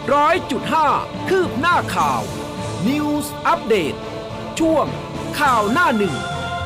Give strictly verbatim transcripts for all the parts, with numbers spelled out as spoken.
ร้อยจุดห้าคืบหน้าข่าว News Update ช่วงข่าวหน้าหนึ่ง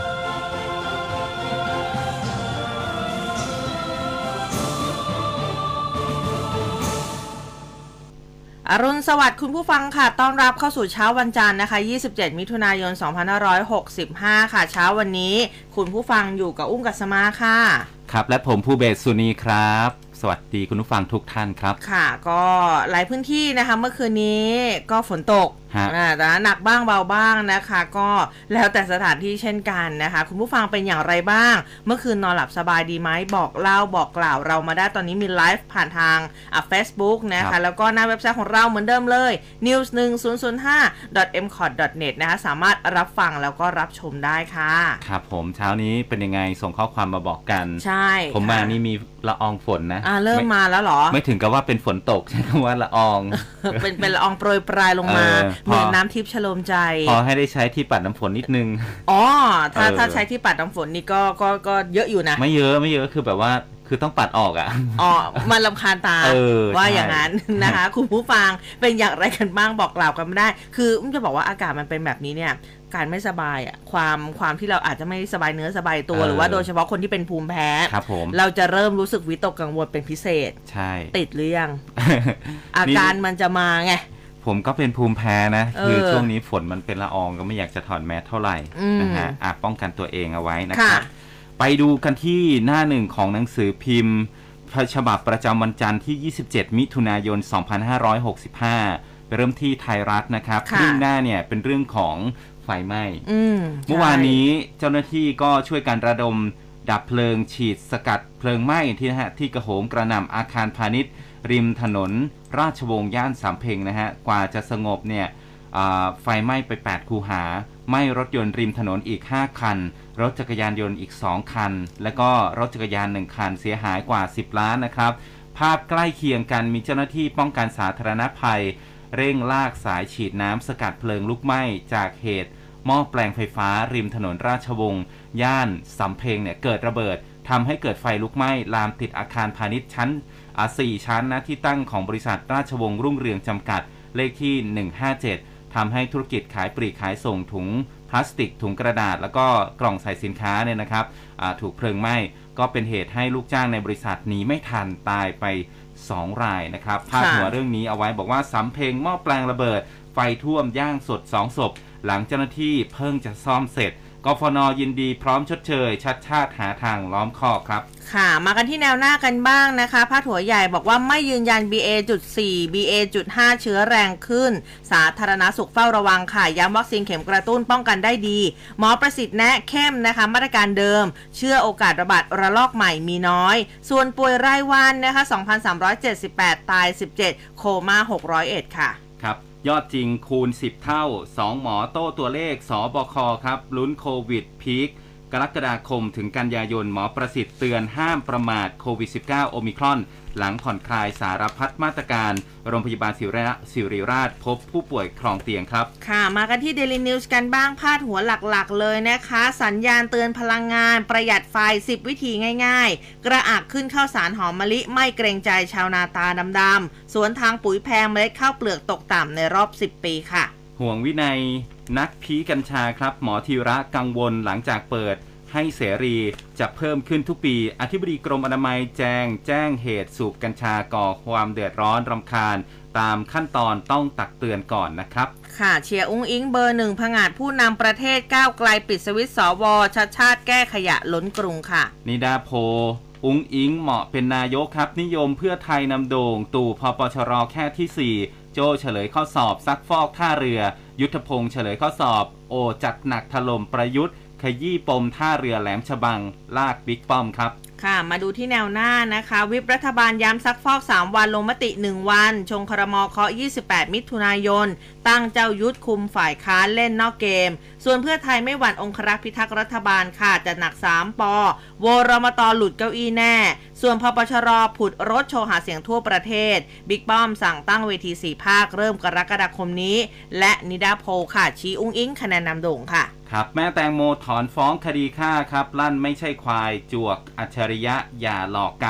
อรุณสวัสดิ์คุณผู้ฟังค่ะต้อนรับเข้าสู่เช้าวันจันทร์นะคะยี่สิบเจ็ดมิถุนายนสองพันห้าร้อยหกสิบห้าค่ะเช้าวันนี้คุณผู้ฟังอยู่กับอุ้มกัสมาค่ะครับและผมภูเบศสุนีครับสวัสดีคุณผู้ฟังทุกท่านครับค่ะก็หลายพื้นที่นะคะเมื่อคืนนี้ก็ฝนตกนะแต่หนักบ้างเบาบ้างนะคะก็แล้วแต่สถานที่เช่นกันนะคะคุณผู้ฟังเป็นอย่างไรบ้างเมื่อคืนนอนหลับสบายดีไหมบอกเล่าบอกกล่าวเรามาได้ตอนนี้มีไลฟ์ผ่านทางอ่ะ Facebook นะคะแล้วก็หน้าเว็บไซต์ของเราเหมือนเดิมเลย นิวส์ หนึ่งศูนย์ศูนย์ห้า ดอท เอ็ม คอท ดอท เน็ต นะคะสามารถรับฟังแล้วก็รับชมได้ค่ะครับผมเช้านี้เป็นยังไงส่งข้อความมาบอกกันใช่ผมมานี่มีละอองฝนนะอ่าเริ่มมาแล้วเหรอไม่ถึงกับว่าเป็นฝนตกใช่คำว่าละอองเป็นเป็นละอองโปรยปลายลงมาเหมือนน้ำทิพย์ฉโลมใจพอให้ได้ใช้ที่ปัดน้ำฝนนิดนึงอ๋อถ้าถ้าใช้ที่ปัดน้ำฝนนี่ก็ก็ก็เยอะอยู่นะไม่เยอะไม่เยอะคือแบบว่าคือต้องปัดออกอ่ะอ๋อมันรำคาญตาว่าอย่างนั้นนะคะคุณผู้ฟังเป็นอย่างไรกันบ้างบอกกล่าวกันไม่ได้คืออุ้มจะบอกว่าอากาศมันเป็นแบบนี้เนี่ยการไม่สบายอ่ะความความที่เราอาจจะไม่สบายเนื้อสบายตัวหรือว่าโดยเฉพาะคนที่เป็นภูมิแพ้เราจะเริ่มรู้สึกวิตกกังวลเป็นพิเศษใช่ติดหรือยัง อาการมันจะมาไงผมก็เป็นภูมิแพ้นะคือช่วงนี้ฝนมันเป็นละอองก็ไม่อยากจะถอดแมสเท่าไหร่นะฮะอาจป้องกันตัวเองเอาไว้นะครับไปดูกันที่หน้าหนึ่งของหนังสือพิมพ์ฉบับประจำวันจันทร์ที่ยี่สิบเจ็ดมิถุนายนสองพันห้าร้อยหกสิบห้าไปเริ่มที่ไทยรัฐนะครับเรื่องหน้าเนี่ยเป็นเรื่องของไฟไหม้เมื่อวานนี้เจ้าหน้าที่ก็ช่วยกันระดมดับเพลิงฉีดสกัดเพลิงไหม้ที่นะฮะที่กระโหมกระหน่ำอาคารพาณิชย์ริมถนนราชวงศ์ย่านสำเพ็งนะฮะกว่าจะสงบเนี่ยไฟไหม้ไปแปดคูหาไหม้รถยนต์ริมถนนอีกห้าคันรถจักรยานยนต์อีกสองคันและก็รถจักรยานหนึ่งคันเสียหายกว่าสิบล้านนะครับภาพใกล้เคียงกันมีเจ้าหน้าที่ป้องกันสาธารณภัยเร่งลากสายฉีดน้ำสกัดเพลิงลุกไหม้จากเหตุหม้อแปลงไฟฟ้าริมถนนราชวงศ์ย่านสำเพ็งเนี่ยเกิดระเบิดทำให้เกิดไฟลุกไหม้ลามติดอาคารพาณิชย์ชั้นสี่ชั้นนะที่ตั้งของบริษัทราชวงศ์รุ่งเรืองจำกัดเลขที่หนึ่งห้าเจ็ดทำให้ธุรกิจขายปลีกขายส่งถุงพลาสติกถุงกระดาษแล้วก็กล่องใส่สินค้าเนี่ยนะครับถูกเพลิงไหม้ก็เป็นเหตุให้ลูกจ้างในบริษัทหนีไม่ทันตายไปสองรายนะครับพาดหัวเรื่องนี้เอาไว้บอกว่าสำเพ็งหม้อแปลงระเบิดไฟท่วมย่างสดสองศพหลังเจ้าหน้าที่เพิ่งจะซ่อมเสร็จกฟน.ยินดีพร้อมชดเชยชัดชาติหาทางล้อมคอกครับค่ะมากันที่แนวหน้ากันบ้างนะคะพาดหัวใหญ่บอกว่าไม่ยืนยัน บี เอ จุด สี่ บี เอ จุด ห้า เชื้อแรงขึ้นสาธารณสุขเฝ้าระวังค่ะย้ำวัคซีนเข็มกระตุ้นป้องกันได้ดีหมอประสิทธิ์แนะเข้มนะคะมาตรการเดิมเชื่อโอกาสระบาดระลอกใหม่มีน้อยส่วนป่วยรายวันนะคะ สองพันสามร้อยเจ็ดสิบแปด ตายสิบเจ็ดโคม่าหกร้อยเอ็ดค่ะครับยอดจริงคูณสิบเท่าสองหมอโต้ตัวเลขสบคครับลุ้นโควิดพีคกรกฎาคมถึงกันยายนหมอประสิทธิ์เตือนห้ามประมาทโควิด สิบเก้า โอมิครอนหลังผ่อนคลายสารพัดมาตรการโรงพยาบาลศิริราชพบผู้ป่วยครองเตียงครับค่ะมากันที่ Daily News กันบ้างพาดหัวหลักๆเลยนะคะสัญญาณเตือนพลังงานประหยัดไฟสิบวิธีง่ายๆกระอักขึ้นข้าวสารหอมมะลิไม่เกรงใจชาวนาตาดำๆสวนทางปุ๋ยแพงเมล็ดข้าวเปลือกตกต่ำในรอบสิบปีค่ะห่วงวินัยนักพีกัญชาครับหมอธีระกังวลหลังจากเปิดให้เสรีจะเพิ่มขึ้นทุกปีอธิบดีกรมอนามัยแจ้งแจ้งเหตุสูบกัญชาก่อความเดือดร้อนรำคาญตามขั้นตอนต้องตักเตือนก่อนนะครับค่ะเชียร์อุ้งอิงเบอร์หนึ่งผงาดผู้นำประเทศก้าวไกลปิดสวิตช์สวชัดชาติแก้ขยะล้นกรุงค่ะนิดาโพอุ้งอิงเหมาะเป็นนายกครับนิยมเพื่อไทยนำโด่งตู่พปชรแค่ที่สี่โจเฉลยข้อสอบซักฟอกท่าเรือยุทธพงษ์เฉลยข้อสอบโอจัดหนักถล่มประยุทธ์ขยี้ปมท่าเรือแหลมฉบังลากบิ๊กป้อมครับค่ะมาดูที่แนวหน้านะคะวิปรัฐบาลย้ำซักฟอกสามวันลงมติหนึ่งวันชงครม.เคาะยี่สิบแปดมิถุนายนตั้งเจ้ายุทธคุมฝ่ายค้านเล่นนอกเกมส่วนเพื่อไทยไม่หวั่นองครักษ์พิทักษ์รัฐบาลค่ะจะหนักสามปโวรมตหลุดเก้าอี้แน่ส่วนพปชรผุดรถโชว์หาเสียงทั่วประเทศบิ๊กป้อมสั่งตั้งเวทีสี่ภาคเริ่มกรกฎาคมนี้และนิดาโพค่ะชี้อุ้งอิงคะแนนนำโด่งค่ะครับแม่แตงโมถอนฟ้องคดีฆ่าครับลั่นไม่ใช่ควายจวกอัจฉริยะอย่าหลอกกัน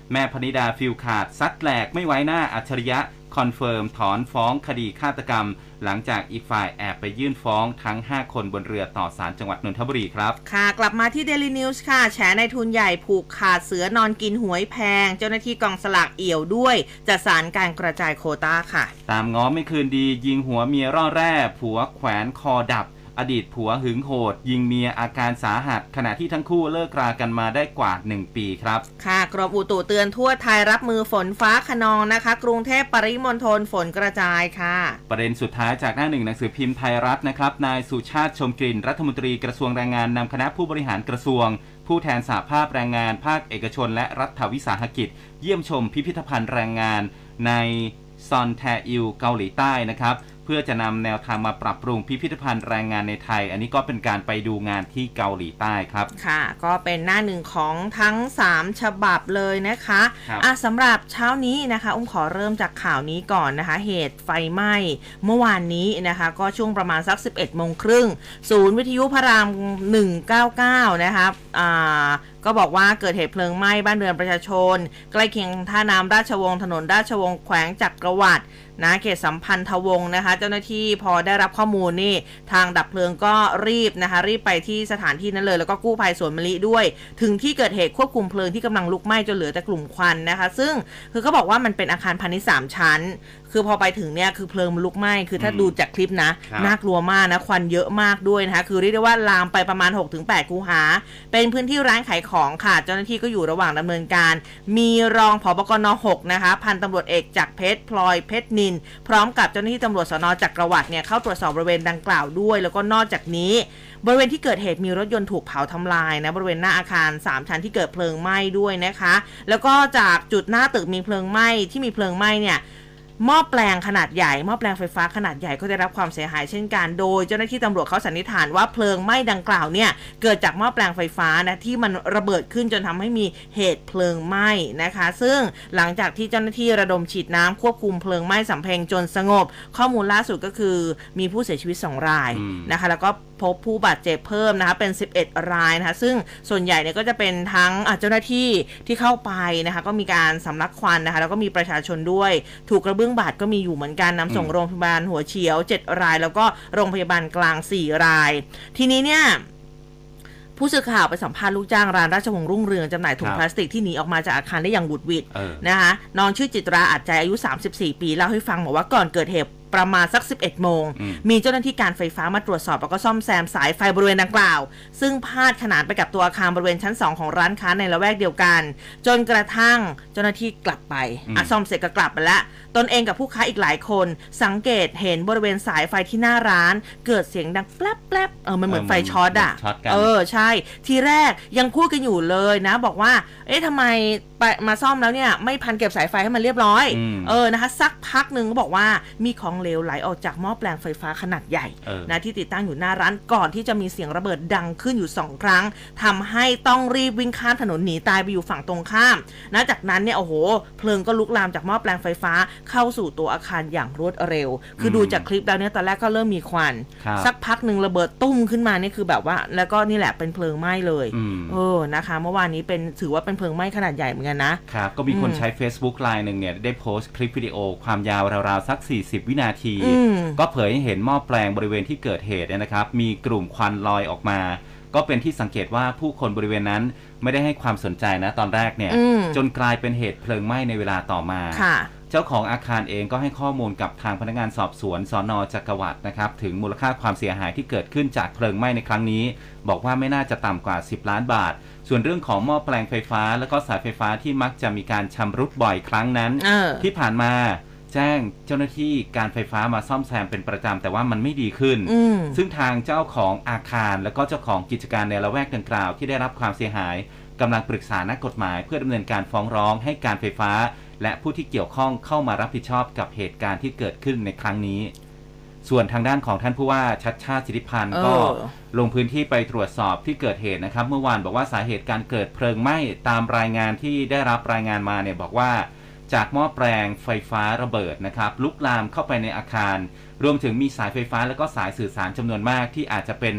แม่พนิดาฟิลขาดซัดแหลกไม่ไว้หน้าอัจฉริยะคอนเฟิร์มถอนฟ้องคดีฆาตกรรมหลังจากอีกฝ่ายแอบไปยื่นฟ้องทั้งห้าคนบนเรือต่อศาลจังหวัดนนทบุรีครับค่ะกลับมาที่ Daily News ค่ะแฉในทุนใหญ่ผูกขาดเสือนอนกินหวยแพงเจ้าหน้าที่กองสลากเอี่ยวด้วยจัดสรรการกระจายโควต้าค่ะตามง้อไม่คืนดียิงหัวเมียร่อแร่ผัวแขวนคอดับอดีตผัวหึงโหดยิงเมียอาการสาหัสขณะที่ทั้งคู่เลิกรากันมาได้กว่าหนึ่งปีครับค่ะกรมอุตุเตือนทั่วไทยรับมือฝนฟ้าคะนองนะคะกรุงเทพปริมณฑลฝนกระจายค่ะประเด็นสุดท้ายจากหน้าหนึ่งหนังสือพิมพ์ไทยรัฐนะครับนายสุชาติชมกลิ่นรัฐมนตรีกระทรวงแรงงานนำคณะผู้บริหารกระทรวงผู้แทนสหภาพแรงงานภาคเอกชนและรัฐวิสาหกิจเยี่ยมชมพิพิธภัณฑ์แรงงานในซอนแทอิลเกาหลีใต้นะครับเพื่อจะนำแนวทางมาปรับปรุงพิพิธภัณฑ์แรงงานในไทยอันนี้ก็เป็นการไปดูงานที่เกาหลีใต้ครับค่ะก็เป็นหน้าหนึ่งของทั้งสามฉบับเลยนะคะอ่ะสำหรับเช้านี้นะคะอุ้มขอเริ่มจากข่าวนี้ก่อนนะคะเหตุไฟไหม้เมื่อวานนี้นะคะก็ช่วงประมาณสัก สิบเอ็ดโมงครึ่งศูนย์วิทยุพระรามหนึ่งเก้าเก้านะคะอ่าก็บอกว่าเกิดเหตุเพลิงไหม้บ้านเรือนประชาชนใกล้เคียงท่าน้ำราชวงศ์ถนนราชวงศ์แขวงจักรวรรดินะเขตสัมพันธวงศ์นะคะเจ้าหน้าที่พอได้รับข้อมูลนี่ทางดับเพลิงก็รีบนะคะรีบไปที่สถานที่นั้นเลยแล้วก็กู้ภัยสวนมะลิด้วยถึงที่เกิดเหตุควบคุมเพลิงที่กำลังลุกไหม้จนเหลือแต่กลุ่มควันนะคะซึ่งคือเขาบอกว่ามันเป็นอาคารพาณิชย์สามชั้นคือพอไปถึงเนี่ยคือเพลิงมันลุกไหม้คือถ้าดูจากคลิปนะน่ากลัวมากนะควันเยอะมากด้วยนะคะคือเรียกได้ว่าลามไปประมาณ หกถึงแปด คูหาเป็นพื้นที่ร้านขายของค่ะเจ้าหน้าที่ก็อยู่ระหว่างดำเนินการมีรองผบกน.หกนะคะพันตำรวจเอกจักรเพชรพลอยเพชรนินพร้อมกับเจ้าหน้าที่ตำรวจสน.จักรวรรดิเนี่ยเข้าตรวจสอบบริเวณดังกล่าวด้วยแล้วก็นอกจากนี้บริเวณที่เกิดเหตุมีรถยนต์ถูกเผาทำลายนะบริเวณหน้าอาคารสามชั้นที่เกิดเพลิงไหม้ด้วยนะคะแล้วก็จากจุดหน้าตึกมีเพลิงไหม้ที่มีเพลิงไหม้เนี่ยหม้อแปลงขนาดใหญ่หม้อแปลงไฟฟ้าขนาดใหญ่ก็ได้รับความเสียหายเช่นกันโดยเจ้าหน้าที่ตำรวจเขาสันนิษฐานว่าเพลิงไหม้ดังกล่าวเนี่ยเกิดจากหม้อแปลงไฟฟ้านะที่มันระเบิดขึ้นจนทำให้มีเหตุเพลิงไหม้นะคะซึ่งหลังจากที่เจ้าหน้าที่ระดมฉีดน้ำควบคุมเพลิงไหม้สำเพ็งจนสงบข้อมูลล่าสุดก็คือมีผู้เสียชีวิตสองรายนะคะแล้วก็พบผู้บาดเจ็บเพิ่มนะคะเป็นสิบเอ็ดรายนะคะซึ่งส่วนใหญ่เนี่ยก็จะเป็นทั้งเจ้าหน้าที่ที่เข้าไปนะคะก็มีการสำลักควันนะคะแล้วก็มีประชาชนด้วยถูกกระเบื้องบาดก็มีอยู่เหมือนกันนำส่งโรงพยาบาลหัวเฉียวเจ็ดรายแล้วก็โรงพยาบาลกลางสี่รายทีนี้เนี่ยผู้สื่อข่าวไปสัมภาษณ์ลูกจ้างร้านราชวงศ์รุ่งเรืองจำหน่ายถุงพลาสติกที่หนีออกมาจากอาคารได้อย่างบุดหวิดนะคะน้องชื่อจิตราอัจใจอายุสามสิบสี่ปีเล่าให้ฟังบอกว่าก่อนเกิดเหตุประมาณสักสิบเอ็ดโมงมีเจ้าหน้าที่การไฟฟ้ามาตรวจสอบแล้วก็ซ่อมแซมสายไฟบริเวณดังกล่าวซึ่งพาดขนานไปกับตัวอาคารบริเวณชั้นสองของร้านค้าในละแวกเดียวกันจนกระทั่งเจ้าหน้าที่กลับไปอ่ะซ่อมเสร็จก็กลับไปแล้วตนเองกับผู้ค้าอีกหลายคนสังเกตเห็นบริเวณสายไฟที่หน้าร้านเกิดเสียงดังแป๊บแป๊บเออมันเหมือนไฟช็อตอ่ะเออใช่ทีแรกยังพูดกันอยู่เลยนะบอกว่าเอ๊ะทำไมไปมาซ่อมแล้วเนี่ยไม่พันเก็บสายไฟให้มันเรียบร้อยเออนะคะสักพักหนึ่งก็บอกว่ามีของเหลวไหลออกจากหม้อแปลงไฟฟ้าขนาดใหญ่นะที่ติดตั้งอยู่หน้าร้านก่อนที่จะมีเสียงระเบิดดังขึ้นอยู่สองครั้งทำให้ต้องรีบวิ่งข้ามถนนหนีตายไปอยู่ฝั่งตรงข้ามนะจากนั้นเนี่ยโอ้โหเพลิงก็ลุกลามจากหม้อแปลงไฟฟ้าเข้าสู่ตัวอาคารอย่างรวดเร็วคือดูจากคลิปแล้วเนี่ยตอนแรกก็เริ่มมีควันสักพักหนึ่งระเบิดตุ้มขึ้นมานี่คือแบบว่าแล้วก็นี่แหละเป็นเพลิงไหม้เลยเออนะคะเมื่อวานนี้เป็นถือว่าเป็นเพลิงไหม้ขนาดใหญ่เหมือนกันนะครับก็มีคนใช้ Facebook ไลน์หนึ่งเนี่ยได้โพสต์คลิปวิดีโอความยาวราวๆสักสี่สิบวินาทีก็เผยให้เห็นหม้อแปลงบริเวณที่เกิดเหตุเนี่ยนะครับมีกลุ่มควันลอยออกมาก็เป็นที่สังเกตว่าผู้คนบริเวณนั้นไม่ได้ให้ความสนใจนะตอนแรกเนี่ยจนกลายเป็นเหตุเพลิงไหม้ในเวลาต่อมาเจ้าของอาคารเองก็ให้ข้อมูลกับทางพนักงานสอบสวนสน.จักรวรรดินะครับถึงมูลค่าความเสียหายที่เกิดขึ้นจากเพลิงไหม้ในครั้งนี้บอกว่าไม่น่าจะต่ำกว่าสิบล้านบาทส่วนเรื่องของหม้อแปลงไฟฟ้าแล้วก็สายไฟฟ้าที่มักจะมีการชำรุดบ่อยครั้งนั้นที่ผ่านมาแจ้งเจ้าหน้าที่การไฟฟ้ามาซ่อมแซมเป็นประจำแต่ว่ามันไม่ดีขึ้นซึ่งทางเจ้าของอาคารและก็เจ้าของกิจการในละแวกดังกล่าวที่ได้รับความเสียหายกำลังปรึกษานักกฎหมายเพื่อดำเนินการฟ้องร้องให้การไฟฟ้าและผู้ที่เกี่ยวข้องเข้ามารับผิดชอบกับเหตุการณ์ที่เกิดขึ้นในครั้งนี้ส่วนทางด้านของท่านผู้ว่าชัชชาติสิทธิพันธ์ก็ลงพื้นที่ไปตรวจสอบที่เกิดเหตุนะครับเมื่อวานบอกว่าสาเหตุการเกิดเพลิงไหม้ตามรายงานที่ได้รับรายงานมาเนี่ยบอกว่าจากหม้อแปลงไฟฟ้าระเบิดนะครับลุกลามเข้าไปในอาคารรวมถึงมีสายไฟฟ้าและก็สายสื่อสารจำนวนมากที่อาจจะเป็น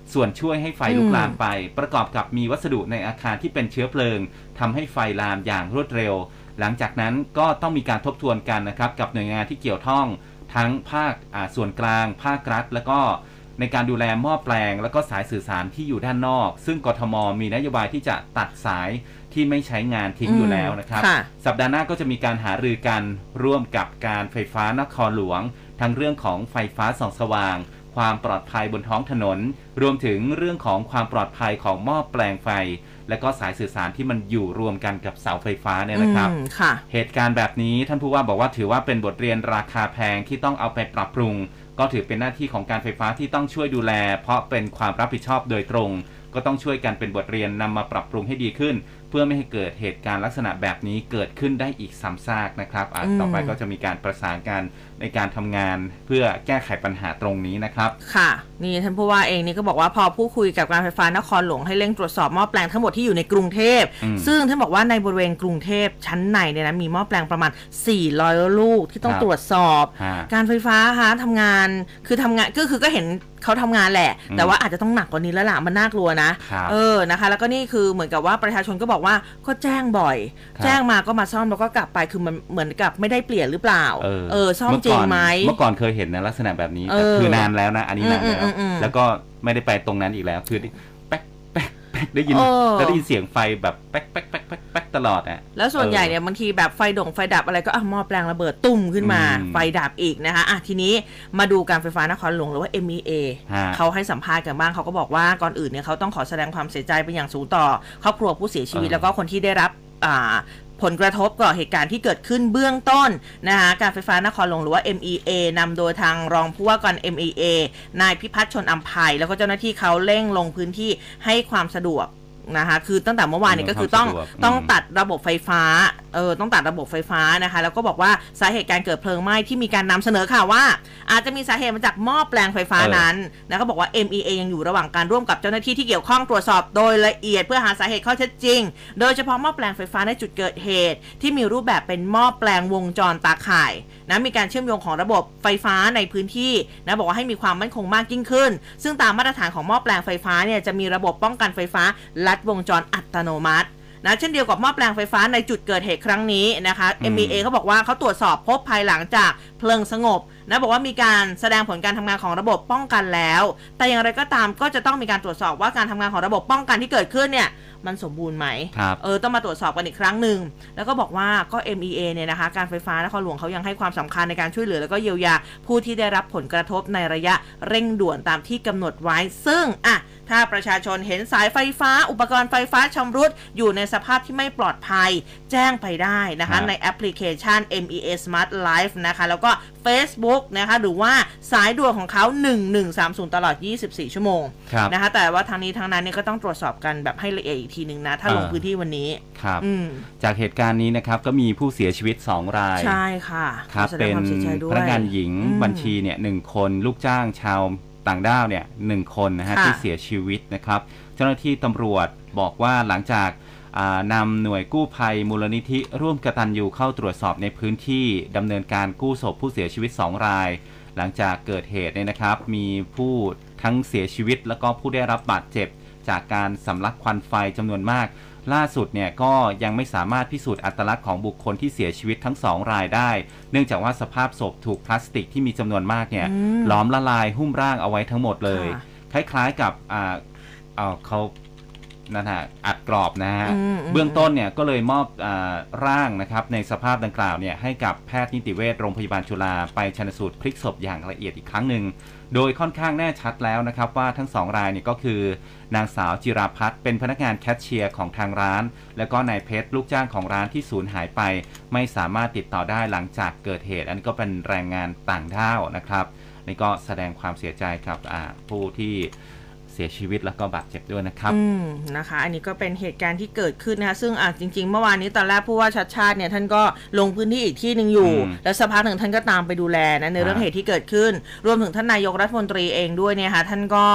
ส่วนช่วยให้ไฟลุกลามไปประกอบกับมีวัสดุในอาคารที่เป็นเชื้อเพลิงทำให้ไฟลามอย่างรวดเร็วหลังจากนั้นก็ต้องมีการทบทวนกันนะครับกับหน่วยงานที่เกี่ยวข้องทั้งภาคส่วนกลางภาครัฐแล้วก็ในการดูแลหม้อแปลงแล้วก็สายสื่อสารที่อยู่ด้านนอกซึ่งกทม.มีนโยบายที่จะตัดสายที่ไม่ใช้งานทิ้งอยู่แล้วนะครับสัปดาห์หน้าก็จะมีการหารือกันร่วมกับการไฟฟ้านครหลวงทั้งเรื่องของไฟฟ้าส่องสว่างความปลอดภัยบนท้องถนนรวมถึงเรื่องของความปลอดภัยของหม้อแปลงไฟและก็สายสื่อสารที่มันอยู่รวมกันกับเสาไฟฟ้าเนี่ยนะครับเหตุการณ์แบบนี้ท่านผู้ว่าบอกว่าถือว่าเป็นบทเรียนราคาแพงที่ต้องเอาไปปรับปรุงก็ถือเป็นหน้าที่ของการไฟฟ้าที่ต้องช่วยดูแลเพราะเป็นความรับผิดชอบโดยตรงก็ต้องช่วยกันเป็นบทเรียนนำมาปรับปรุงให้ดีขึ้นเพื่อไม่ให้เกิดเหตุการณ์ลักษณะแบบนี้เกิดขึ้นได้อีกซ้ำซากนะครับต่อไปก็จะมีการประสานกันในการทำงานเพื่อแก้ไขปัญหาตรงนี้นะครับค่ะนี่ท่านผู้ว่าเองนี่ก็บอกว่าพอผู้คุยกับการไฟฟ้านครหลวงให้เร่งตรวจสอบหม้อแปลงทั้งหมดที่อยู่ในกรุงเทพซึ่งท่านบอกว่าในบริเวณกรุงเทพชั้นในเนี่ยนะมีหม้อแปลงประมาณสี่ร้อยลูกที่ต้องตรวจสอบการไฟฟ้าคะทำงานคือทำงานก็คือก็เห็นเขาทำงานแหละแต่ว่าอาจจะต้องหนักกว่านี้แล้วล่ะมันน่ากลัวนะเออนะคะแล้วก็นี่คือเหมือนกับว่าประชาชนก็บอกว่าก็แจ้งบ่อยแจ้งมาก็มาซ่อมแล้วก็กลับไปคือมันเหมือนกับไม่ได้เปลี่ยนหรือเปล่าเออเออซ่อมจริงไหมเมื่อก่อนเคยเห็นนะลักษณะแบบนี้แต่คือนานแล้วนะอันนี้นานแล้วแล้วก็ไม่ได้ไปตรงนั้นอีกแล้วคือแป๊กแป๊กแป๊กได้ยินแล้วได้ยินเสียงไฟแบบแป๊กแป๊กแป๊กแป๊กแป๊กตลอดอ่ะแล้วส่วนใหญ่เนี่ยบางทีแบบไฟด่งไฟดับอะไรก็อ่ะหม้อแปลงระเบิดตุ่มขึ้นมาไฟดับอีกนะคะอ่ะทีนี้มาดูการไฟฟ้านครหลวงหรือว่า เอ็ม อี เอ เขาให้สัมภาษณ์กันบ้างเขาก็บอกว่าก่อนอื่นเนี่ยเขาต้องขอแสดงความเสียใจเป็นอย่างสูงต่อครอบครัวผู้เสียชีวิตแล้วก็คนที่ได้รับอ่าผลกระทบกับเหตุการณ์ที่เกิดขึ้นเบื้องต้นนะคะการไฟฟ้านครหลวงหรือว่า เอ็ม อี เอ นำโดยทางรองผู้ว่าการ เอ็ม อี เอ นายพิพัฒน์ชนอำไพแล้วก็เจ้าหน้าที่เขาเร่งลงพื้นที่ให้ความสะดวกนะคะคือตั้งแต่เมื่อวานนี้ก็คือต้องต้องตัดระบบไฟฟ้าเออต้องตัดระบบไฟฟ้านะคะแล้วก็บอกว่าสาเหตุการเกิดเพลิงไหม้ที่มีการนำเสนอข่าวว่าอาจจะมีสาเหตุมาจากหม้อแปลงไฟฟ้านั้นนะก็บอกว่า เอ็ม อี เอ ยังอยู่ระหว่างการร่วมกับเจ้าหน้าที่ที่เกี่ยวข้องตรวจสอบโดยละเอียดเพื่อหาสาเหตุข้อเท็จจริงโดยเฉพาะหม้อแปลงไฟฟ้าในจุดเกิดเหตุที่มีรูปแบบเป็นหม้อแปลงวงจรตาข่ายนะมีการเชื่อมโยงของระบบไฟฟ้าในพื้นที่นะบอกว่าให้มีความมั่นคงมากยิ่งขึ้นซึ่งตามมาตรฐานของหม้อแปลงไฟฟ้าเนี่ยจะมีระบบป้องกันไฟฟ้าลัดวงจรอัตโนมัตินะเช่นเดียวกับหม้อแปลงไฟฟ้าในจุดเกิดเหตุครั้งนี้นะคะ เอ็ม อี เอ เขาบอกว่าเขาตรวจสอบพบภายหลังจากเพลิงสงบนะบอกว่ามีการแสดงผลการทำงานของระบบป้องกันแล้วแต่อย่างไรก็ตามก็จะต้องมีการตรวจสอบว่าการทำงานของระบบป้องกันที่เกิดขึ้นเนี่ยมันสมบูรณ์ไหมเออต้องมาตรวจสอบกันอีกครั้งหนึ่งแล้วก็บอกว่าก็ เอ็ม อี เอ เนี่ยนะคะการไฟฟ้านครหลวงเขายังให้ความสำคัญในการช่วยเหลือแล้วก็เยียวยาผู้ที่ได้รับผลกระทบในระยะเร่งด่วนตามที่กำหนดไว้ซึ่งอ่ะถ้าประชาชนเห็นสายไฟฟ้าอุปกรณ์ไฟฟ้าชำรุดอยู่ในสภาพที่ไม่ปลอดภัยแจ้งไปได้นะคะในแอปพลิเคชัน เอ็ม อี เอ Smart Life นะคะแล้วก็ Facebook นะคะหรือว่าสายด่วนของเขาหนึ่งหนึ่งสามศูนย์ตลอดยี่สิบสี่ชั่วโมงนะคะแต่ว่าทางนี้ทางนั้นเนี่ยก็ต้องตรวจสอบกันแบบให้ละเอียดอีกทีนึงนะถ้าลงพื้นที่วันนี้ครับจากเหตุการณ์นี้นะครับก็มีผู้เสียชีวิตสองรายใช่ค่ะครับเป็นพนักงานหญิงบัญชีเนี่ยหนึ่งคนลูกจ้างชาวต่างด้าวเนี่ยหนึ่งคนนะฮะที่เสียชีวิตนะครับเจ้าหน้าที่ตำรวจบอกว่าหลังจากนำหน่วยกู้ภัยมูลนิธิร่วมกตัญญูเข้าตรวจสอบในพื้นที่ดำเนินการกู้ศพผู้เสียชีวิตสองรายหลังจากเกิดเหตุเนี่ยนะครับมีผู้ทั้งเสียชีวิตแล้วก็ผู้ได้รับบาดเจ็บจากการสำลักควันไฟจำนวนมากล่าสุดเนี่ยก็ยังไม่สามารถพิสูจน์อัตลักษณ์ของบุคคลที่เสียชีวิตทั้งสองรายได้เนื่องจากว่าสภาพศพถูกพลาสติกที่มีจำนวนมากเนี่ยล้อมละลายหุ้มร่างเอาไว้ทั้งหมดเลยคล้ายๆกับอ่าเอาเขานั่นฮะอัดกรอบนะฮะเบื้องต้นเนี่ยก็เลยมอบอ่าร่างนะครับในสภาพดังกล่าวเนี่ยให้กับแพทย์นิติเวชโรงพยาบาลจุฬาไปชันสูตรพลิกศพอย่างละเอียดอีกครั้งหนึ่งโดยค่อนข้างแน่ชัดแล้วนะครับว่าทั้งสองรายเนี่ยก็คือนางสาวจิราพัฒน์เป็นพนักงานแคชเชียร์ของทางร้านแล้วก็นายเพชรลูกจ้างของร้านที่สูญหายไปไม่สามารถติดต่อได้หลังจากเกิดเหตุอันนี้ก็เป็นแรงงานต่างด้าวนะครับนี่ก็แสดงความเสียใจกับผู้ที่เสียชีวิตแล้วก็บาดเจ็บด้วยนะครับอืมนะคะอันนี้ก็เป็นเหตุการณ์ที่เกิดขึ้นนะคะซึ่งอ่ะจริงๆเมื่อวานนี้ตอนแรกผู้ว่าชัดชาติเนี่ยท่านก็ลงพื้นที่อีกที่นึงอยู่แล้วสักพักหนึ่งท่านก็ตามไปดูแลนะในเรื่องเหตุที่เกิดขึ้นรวมถึงท่านนายกรัฐมนตรีเองด้วยเนี่ยค่ะท่านก็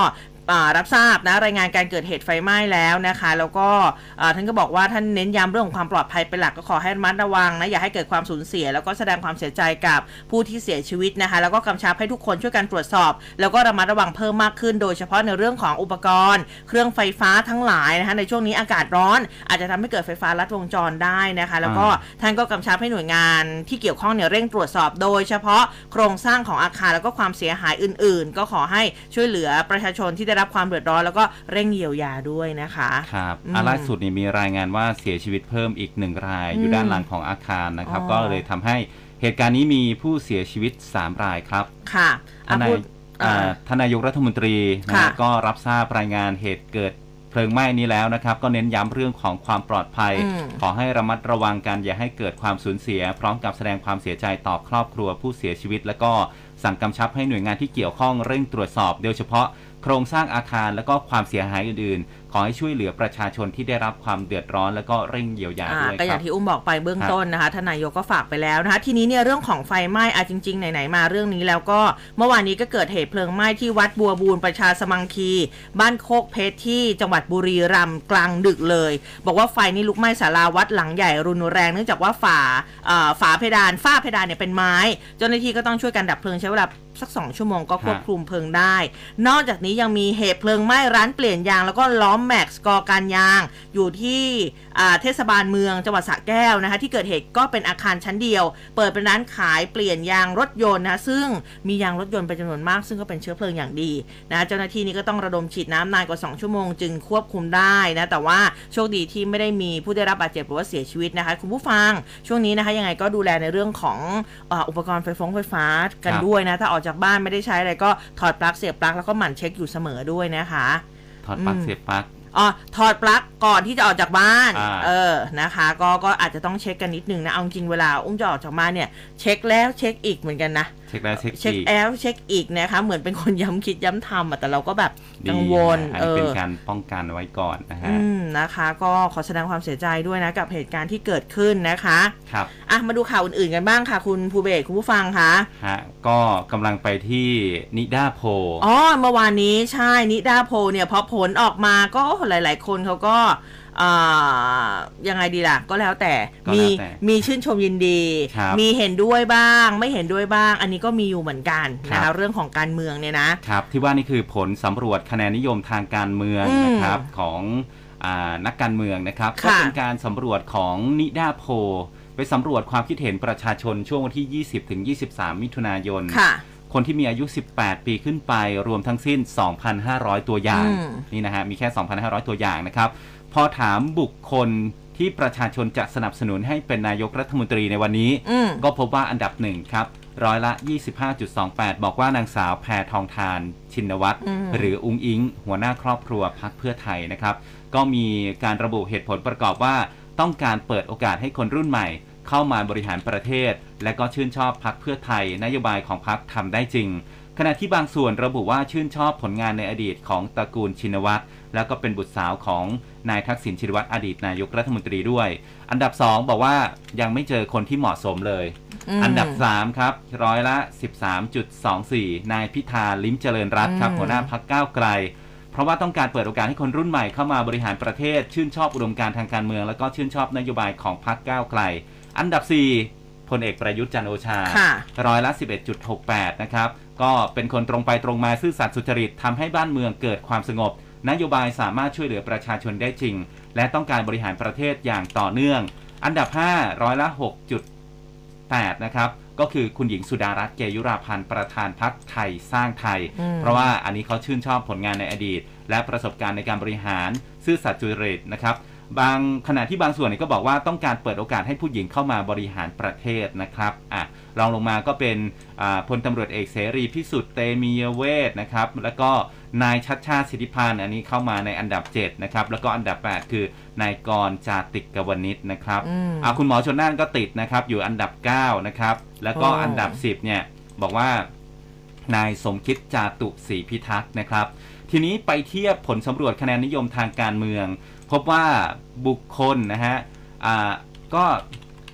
รับทราบนะรายงานการเกิดเหตุไฟไหม้แล้วนะคะแล้วก็ท่านก็บอกว่าท่านเน้นย้ำเรื่องของความปลอดภัยเป็นหลักก็ขอให้ระมัดระวังนะอย่าให้เกิดความสูญเสียแล้วก็แสดงความเสียใจกับผู้ที่เสียชีวิตนะคะแล้วก็กำชับให้ทุกคนช่วยกันตรวจสอบแล้วก็ระมัดระวังเพิ่มมากขึ้นโดยเฉพาะในเรื่องของอุปกรณ์เครื่องไฟฟ้าทั้งหลายนะคะในช่วงนี้อากาศร้อนอาจจะทำให้เกิดไฟฟ้าลัดวงจรได้นะคะแล้วก็ท่านก็กำชับให้หน่วยงานที่เกี่ยวข้องเนี่ยเร่งตรวจสอบโดยเฉพาะโครงสร้างของอาคารแล้วก็ความเสียหายอื่นๆก็ขอให้ช่วยเหลือประชาชนที่ได้รับความเดือดร้อนแล้วก็เร่งเยียวยาด้วยนะคะครับล่าสุดนี่มีรายงานว่าเสียชีวิตเพิ่มอีกหนึ่งรายอยู่ด้านหลังของอาคารนะครับก็เลยทำให้เหตุการณ์นี้มีผู้เสียชีวิตสามรายครับค่ะท่านนายท่านนายกรัฐมนตรีนะก็รับทราบรายงานเหตุเกิดเพลิงไหม้นี้แล้วนะครับก็เน้นย้ำเรื่องของความปลอดภัยขอให้ระมัดระวังกันอย่าให้เกิดความสูญเสียพร้อมกับแสดงความเสียใจต่อครอบครัวผู้เสียชีวิตและก็สั่งกำชับให้หน่วยงานที่เกี่ยวข้องเร่งตรวจสอบโดยเฉพาะโครงสร้างอาคารและก็ความเสียหายอื่นๆขอให้ช่วยเหลือประชาชนที่ได้รับความเดือดร้อนแล้วก็เร่งเยียวยาด้วยครับก็อย่างที่อุ้มบอกไปเบื้องต้นนะคะทนายกก็ฝากไปแล้วนะคะทีนี้เนี่ยเรื่องของไฟไหม้อ่ะจริงๆไหนๆมาเรื่องนี้แล้วก็เมื่อวานนี้ก็เกิดเหตุเพลิงไหม้ที่วัดบัวบูรประชาสมังคีบ้านโคกเพชรที่จังหวัดบุรีรัมย์กลางดึกเลยบอกว่าไฟนี่ลุกไหม้ศาลาวัดหลังใหญ่รุนแรงเนื่องจากว่าฝาฝาเพดานฝ้าเพดานเนี่ยเป็นไม้เจ้าหน้าที่ก็ต้องช่วยกันดับเพลิงใช้เวลาสักสองชั่วโมงก็ควบคุมเพลิงได้นอกจากนี้ยังมีเหตุเพลิงไหม้ร้านเปลี่ยนยางแล้วก็ล้อมแม็กซ์กอการยางอยู่ที่เทศบาลเมืองจังหวัดสระแก้วนะคะที่เกิดเหตุก็เป็นอาคารชั้นเดียวเปิดเป็นร้านขายเปลี่ยนยางรถยนต์นะซึ่งมียางรถยนต์เป็นจำนวนมากซึ่งก็เป็นเชื้อเพลิงอย่างดีนะเจ้าหน้าที่นี้ก็ต้องระดมฉีดน้ำนานกว่าสองชั่วโมงจึงควบคุมได้นะแต่ว่าโชคดีที่ไม่ได้มีผู้ได้รับบาดเจ็บหรือว่าเสียชีวิตนะคะคุณผู้ฟังช่วงนี้นะคะยังไงก็ดูแลในเรื่องของอุปกรณ์ไฟฟ้าไฟฟ้ากันด้วยนะถ้าออกจากบ้านไม่ได้ใช้อะไรก็ถอดปลั๊กเสียบปลั๊กแล้วก็หมั่นเช็คอยู่เสมอด้วยนะคะถอดปลั๊กเสียบปลั๊กอ๋อถอดปลั๊กก่อนที่จะออกจากบ้านเออนะคะก็ก็อาจจะต้องเช็คกันนิดนึงนะเอาจริงเวลาอุ้มจะออกจากบ้านเนี่ยเช็คแล้วเช็คอีกเหมือนกันนะเช็คแล้วเช็คอีกเช็คแล้วเช็คอีกนะคะเหมือนเป็นคนย้ำคิดย้ำทำแต่เราก็แบบกังวลเออเป็นการป้องกันไว้ก่อนนะฮะนะคะก็ขอแสดงความเสียใจด้วยนะกับเหตุการณ์ที่เกิดขึ้นนะคะครับอ่ะมาดูข่าวอื่นๆกันบ้างค่ะคุณภูเบศคุณผู้ฟังคะฮะก็กำลังไปที่นิดาโพอ๋อเมื่อวานนี้ใช่นิดาโพเนี่ยพอผลออกมาก็หลายๆคนเขาก็ยังไงดีล่ะก็แล้วแต่มีมีชื่นชมยินดีมีเห็นด้วยบ้างไม่เห็นด้วยบ้างอันนี้ก็มีอยู่เหมือนกันนะคะเรื่องของการเมืองเนี่ยนะครับที่ว่านี่คือผลสำรวจคะแนนนิยมทางการเมืองนะครับของนักการเมืองนะครับก็เป็นการสำรวจของนิดาโพไปสำรวจความคิดเห็นประชาชนช่วงวันที่ ยี่สิบถึงยี่สิบสาม มิถุนายนคนที่มีอายุ สิบแปด ปีขึ้นไปรวมทั้งสิ้น สองพันห้าร้อย ตัวอย่างนี่นะฮะมีแค่ สองพันห้าร้อย ตัวอย่างนะครับพอถามบุคคลที่ประชาชนจะสนับสนุนให้เป็นนายกรัฐมนตรีในวันนี้ก็พบว่าอันดับหนึ่งครับร้อยละ ยี่สิบห้าจุดสองแปด บอกว่านางสาวแพทองธารชินวัตรหรืออุ๊งอิ๊งหัวหน้าครอบครัวพรรคเพื่อไทยนะครับก็มีการระบุเหตุผลประกอบว่าต้องการเปิดโอกาสให้คนรุ่นใหม่เข้ามาบริหารประเทศและก็ชื่นชอบพรรคเพื่อไทยนโยบายของพรรคทำได้จริงขณะที่บางส่วนระบุว่าชื่นชอบผลงานในอดีตของตระกูลชินวัตรแล้วก็เป็นบุตรสาวของนายทักษิณชินวัตรอดีตนายกรัฐมนตรีด้วยอันดับสองบอกว่ายังไม่เจอคนที่เหมาะสมเลยอันดับสามครับร้อยละ สิบสามจุดสองสี่ นายพิธาลิ้มเจริญรัตน์ครับหัวหน้าพรรคก้าวไกลเพราะว่าต้องการเปิดโอกาสให้คนรุ่นใหม่เข้ามาบริหารประเทศชื่นชอบอุดมการณ์ทางการเมืองแล้วก็ชื่นชอบนโยบายของพรรคก้าวไกลอันดับสี่พลเอกประยุทธ์จันทร์โอชาร้อยละ สิบเอ็ดจุดหกแปด นะครับก็เป็นคนตรงไปตรงมาซื่อสัตย์สุจริตทำให้บ้านเมืองเกิดความสงบนโยบายสามารถช่วยเหลือประชาชนได้จริงและต้องการบริหารประเทศอย่างต่อเนื่องอันดับห้าร้อยละ หกจุดแปด นะครับก็คือคุณหญิงสุดารัตน์เกยุราพันธ์ประธานพรรคไทยสร้างไทยเพราะว่าอันนี้เขาชื่นชอบผลงานในอดีตและประสบการณ์ในการบริหารซื่อสัตย์สุจริตนะครับบางขณะที่บางส่วนก็บอกว่าต้องการเปิดโอกาสให้ผู้หญิงเข้ามาบริหารประเทศนะครับอ่ะรองลงมาก็เป็นพลตำรวจเอกเสรีพิสุทธิ์เตมียเวทนะครับแล้วก็นายชัชชาติสิทธิพันธ์อันนี้เข้ามาในอันดับเจ็ดนะครับแล้วก็อันดับแปดคือนายกรณ์จาติกวณิชนะครับอ่ะคุณหมอชลน่านก็ติดนะครับอยู่อันดับเก้านะครับแล้วก็อันดับสิบเนี่ยบอกว่านายสมคิดจาตุศรีพิทักษ์นะครับทีนี้ไปเทียบผลสำรวจคะแนนนิยมทางการเมืองพบว่าบุคคลนะฮะอ่าก็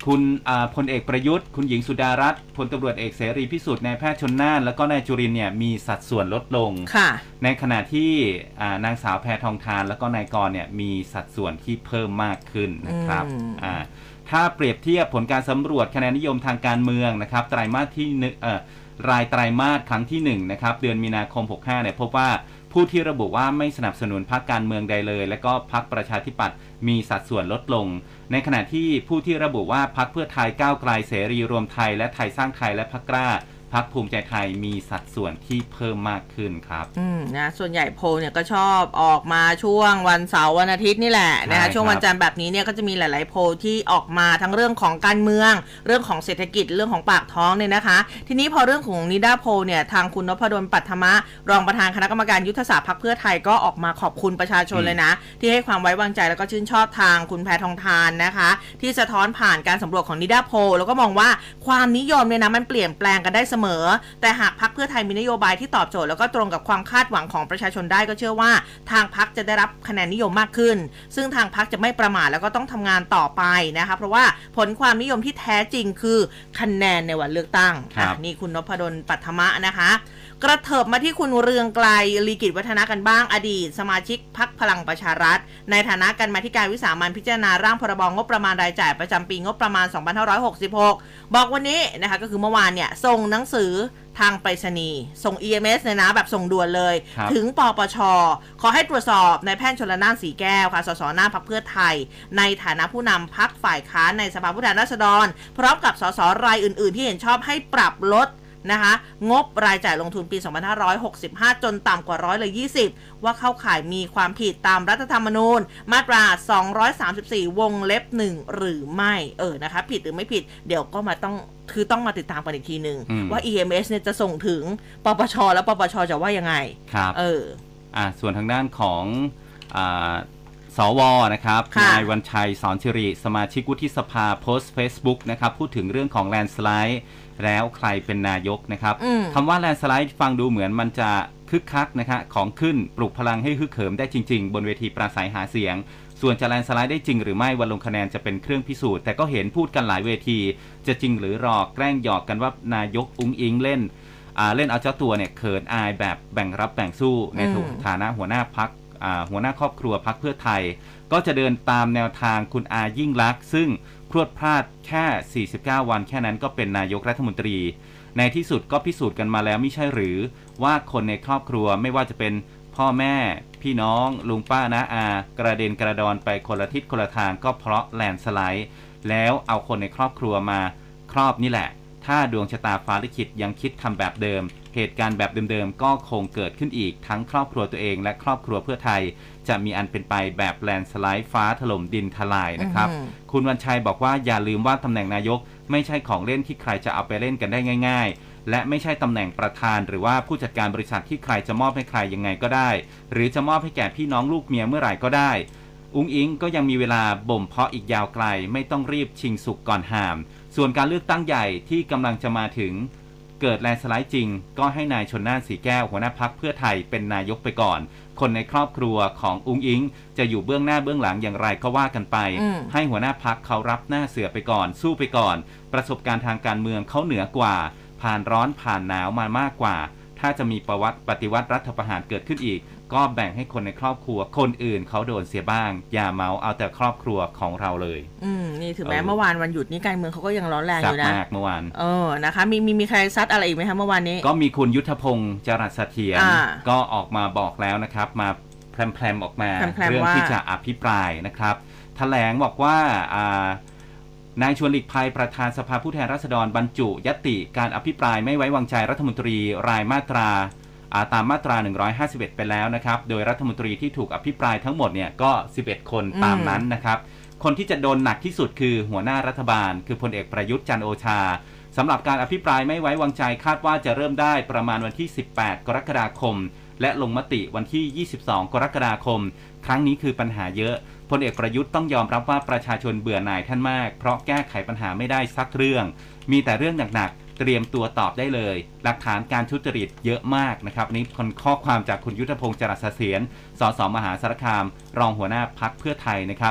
คุณพลเอกประยุทธ์คุณหญิงสุดารัตน์พลตำรวจเอกเสรีพิสุทธิ์นายแพทย์ชลน่านแล้วก็นายจุรินทร์เนี่ยมีสัดส่วนลดลงในขณะที่นางสาวแพทองธารแล้วก็นายกรเนี่ยมีสัดส่วนที่เพิ่มมากขึ้นนะครับถ้าเปรียบเทียบผลการสำรวจคะแนนนิยมทางการเมืองนะครับไตรมาสที่รายไตรมาสครั้งที่หนึ่งนะครับเดือนมีนาคมหกสิบห้าเนี่ยพบว่าผู้ที่ระบุว่าไม่สนับสนุนพรรคการเมืองใดเลยและก็พรรคประชาธิปัตย์มีสัดส่วนลดลงในขณะที่ผู้ที่ระบุว่าพรรคเพื่อไทยก้าวไกลเสรีรวมไทยและไทยสร้างไทยและพรรคกล้าพรรคภูมิใจไทยมีสัดส่วนที่เพิ่มมากขึ้นครับอืมนะส่วนใหญ่โพลเนี่ยก็ชอบออกมาช่วงวันเสาร์วันอาทิตย์นี่แหละนะคะช่วงวันจันทร์แบบนี้เนี่ยก็จะมีหลายๆโพลที่ออกมาทั้งเรื่องของการเมืองเรื่องของเศรษฐกิจเรื่องของปากท้องเนี่ยนะคะทีนี้พอเรื่องของนิด้าโพลเนี่ยทางคุณนพดลปัทมะรองประธานคณะกรรมการยุทธศาสตร์พรรคเพื่อไทยก็ออกมาขอบคุณประชาชนเลยนะที่ให้ความไว้วางใจแล้วก็ชื่นชอบทางคุณแพทองธารนะคะที่สะท้อนผ่านการสำรวจของนิด้าโพลแล้วก็มองว่าความนิยมเนี่ยนะมันเปลี่ยนแปลงกันได้เสมอแต่หากพรรคเพื่อไทยมีนโยบายที่ตอบโจทย์แล้วก็ตรงกับความคาดหวังของประชาชนได้ก็เชื่อว่าทางพรรคจะได้รับคะแนนนิยมมากขึ้นซึ่งทางพรรคจะไม่ประมาทแล้วก็ต้องทำงานต่อไปนะคะเพราะว่าผลความนิยมที่แท้จริงคือคะแนนในวันเลือกตั้งนี่คุณนพดลปัทมะนะคะกระเถิบมาที่คุณเรืองไกรลีกิจวัฒนะกันบ้างอดีตสมาชิกพรรคพลังประชารัฐในฐานะกรรมาธิการวิสามัญพิจารณาร่างพรบงบประมาณรายจ่ายประจำปีงบประมาณสองพันห้าร้อยหกสิบหกบอกวันนี้นะคะก็คือเมื่อวานเนี่ยส่งหนังสือทางไปรษณีย์ส่ง อี เอ็ม เอส เนี่ยนะแบบส่งด่วนเลยถึงปปช.ขอให้ตรวจสอบนายแพทย์ชลน่านสีแก้วค่ะสสหน้าพรรคเพื่อไทยในฐานะผู้นำพรรคฝ่ายค้านในสภาผู้แทนราษฎรพร้อมกับสสรายอื่นๆที่เห็นชอบให้ปรับลดนะคะงบรายจ่ายลงทุนปีสองพันห้าร้อยหกสิบห้าจนต่ำกว่าร้อยละยี่สิบว่าเข้าข่ายมีความผิดตามรัฐธรรมนูญมาตราสองร้อยสามสิบสี่วงเล็บหนึ่งหรือไม่เออนะคะผิดหรือไม่ผิดเดี๋ยวก็มาต้องคือต้องมาติดตามกันอีกทีหนึ่งว่า อี เอ็ม เอส เนี่ยจะส่งถึงปปช.แล้วปปช.จะว่ายังไงครับเอออ่าส่วนทางด้านของอ่าสวนะครับนายวันชัยสอนสิริสมาชิกวุฒิสภาโพสต์ Facebook นะครับพูดถึงเรื่องของแลนสไลด์แล้วใครเป็นนายกนะครับคำว่าแลนสไลด์ฟังดูเหมือนมันจะคึกคักนะครับของขึ้นปลุกพลังให้ฮึกเหิมได้จริงๆบนเวทีปราศัยหาเสียงส่วนจะแลนสไลด์ได้จริงหรือไม่วันลงคะแนนจะเป็นเครื่องพิสูจน์แต่ก็เห็นพูดกันหลายเวทีจะจริงหรือหลอกแกล้งหยอกกันว่านายกอุ๊งอิ๊งเล่นเล่นเอาเจ้าตัวเนี่ยเขินอายแบบแบ่งรับแบ่งสู้ในฐานะหัวหน้าพรรคหัวหน้าครอบครัวพรรคเพื่อไทยก็จะเดินตามแนวทางคุณอายิ่งลักษณ์ซึ่งพรวดพลาดแค่สี่สิบเก้าวันแค่นั้นก็เป็นนายกรัฐมนตรีในที่สุดก็พิสูจน์กันมาแล้วไม่ใช่หรือว่าคนในครอบครัวไม่ว่าจะเป็นพ่อแม่พี่น้องลุงป้าน้าอากระเด็นกระดอนไปคนละทิศคนละทางก็เพราะแลนสไลด์แล้วเอาคนในครอบครัวมาครอบนี่แหละถ้าดวงชะตาฟ้าลิขิตยังคิดทำแบบเดิมเหตุการณ์แบบเดิมๆก็คงเกิดขึ้นอีกทั้งครอบครัวตัวเองและครอบครัวเพื่อไทยจะมีอันเป็นไปแบบแลนสไลด์ฟ้าถล่มดินทลายนะครับคุณวันชัยบอกว่าอย่าลืมว่าตำแหน่งนายกไม่ใช่ของเล่นที่ใครจะเอาไปเล่นกันได้ง่ายๆและไม่ใช่ตำแหน่งประธานหรือว่าผู้จัดการบริษัทที่ใครจะมอบให้ใครยังไงก็ได้หรือจะมอบให้แก่พี่น้องลูกเมียเมื่อไหร่ก็ได้อุ๊งอิ๊งก็ยังมีเวลาบ่มเพาะอีกยาวไกลไม่ต้องรีบชิงสุกก่อนห่ามส่วนการเลือกตั้งใหญ่ที่กำลังจะมาถึงเกิดแลนสไลด์จริงก็ให้นายชลน่านสีแก้วหัวหน้าพรรคเพื่อไทยเป็นนายกไปก่อนคนในครอบครัวของอุ๊งอิ๊งจะอยู่เบื้องหน้าเบื้องหลังอย่างไรก็ว่ากันไปให้หัวหน้าพรรคเขารับหน้าเสือไปก่อนสู้ไปก่อนประสบการณ์ทางการเมืองเขาเหนือกว่าผ่านร้อนผ่านหนาวมามากกว่าถ้าจะมีประวัติปฏิวัติรัฐประหารเกิดขึ้นอีกก็แบ่งให้คนในครอบครัวคนอื่นเขาโดนเสียบ้างอย่าเมาเอาแต่ครอบครัวของเราเลยอืมนี่ถึงแม้เมื่อวานวันหยุดนี้การเมืองเขาก็ยังร้อนแรงอยู่นะซัดมากเมื่อวานเออนะคะมีมีมีใครซัดอะไรอีกไหมคะเมื่อวานนี้ก็มีคุณยุทธพงศ์จรัสเสถียรก็ออกมาบอกแล้วนะครับมาแพรมๆออกมาเรื่องที่จะอภิปรายนะครับแถลงบอกว่าอ่านายชวนหลีกภัยประธานสภาผู้แทนราษฎรบรรจุญัตติการอภิปรายไม่ไว้วางใจรัฐมนตรีรายมาตราตามมาตราหนึ่งร้อยห้าสิบเอ็ดไปแล้วนะครับโดยรัฐมนตรีที่ถูกอภิปรายทั้งหมดเนี่ยก็สิบเอ็ดคนตามนั้นนะครับคนที่จะโดนหนักที่สุดคือหัวหน้ารัฐบาลคือพลเอกประยุทธ์จันทร์โอชาสำหรับการอภิปรายไม่ไว้วางใจคาดว่าจะเริ่มได้ประมาณวันที่สิบแปดกรกฎาคมและลงมติวันที่ยี่สิบสองกรกฎาคมครั้งนี้คือปัญหาเยอะพลเอกประยุทธ์ต้องยอมรับว่าประชาชนเบื่อหน่ายท่านมากเพราะแก้ไขปัญหาไม่ได้สักเรื่องมีแต่เรื่องหนักๆเตรียมตัวตอบได้เลยหลักฐานการทุจริตเยอะมากนะครับนี่คนข้อความจากคุณยุทธพงศ์จรัสเสถียรสสมหาสารคามรองหัวหน้าพรรคเพื่อไทยนะครับ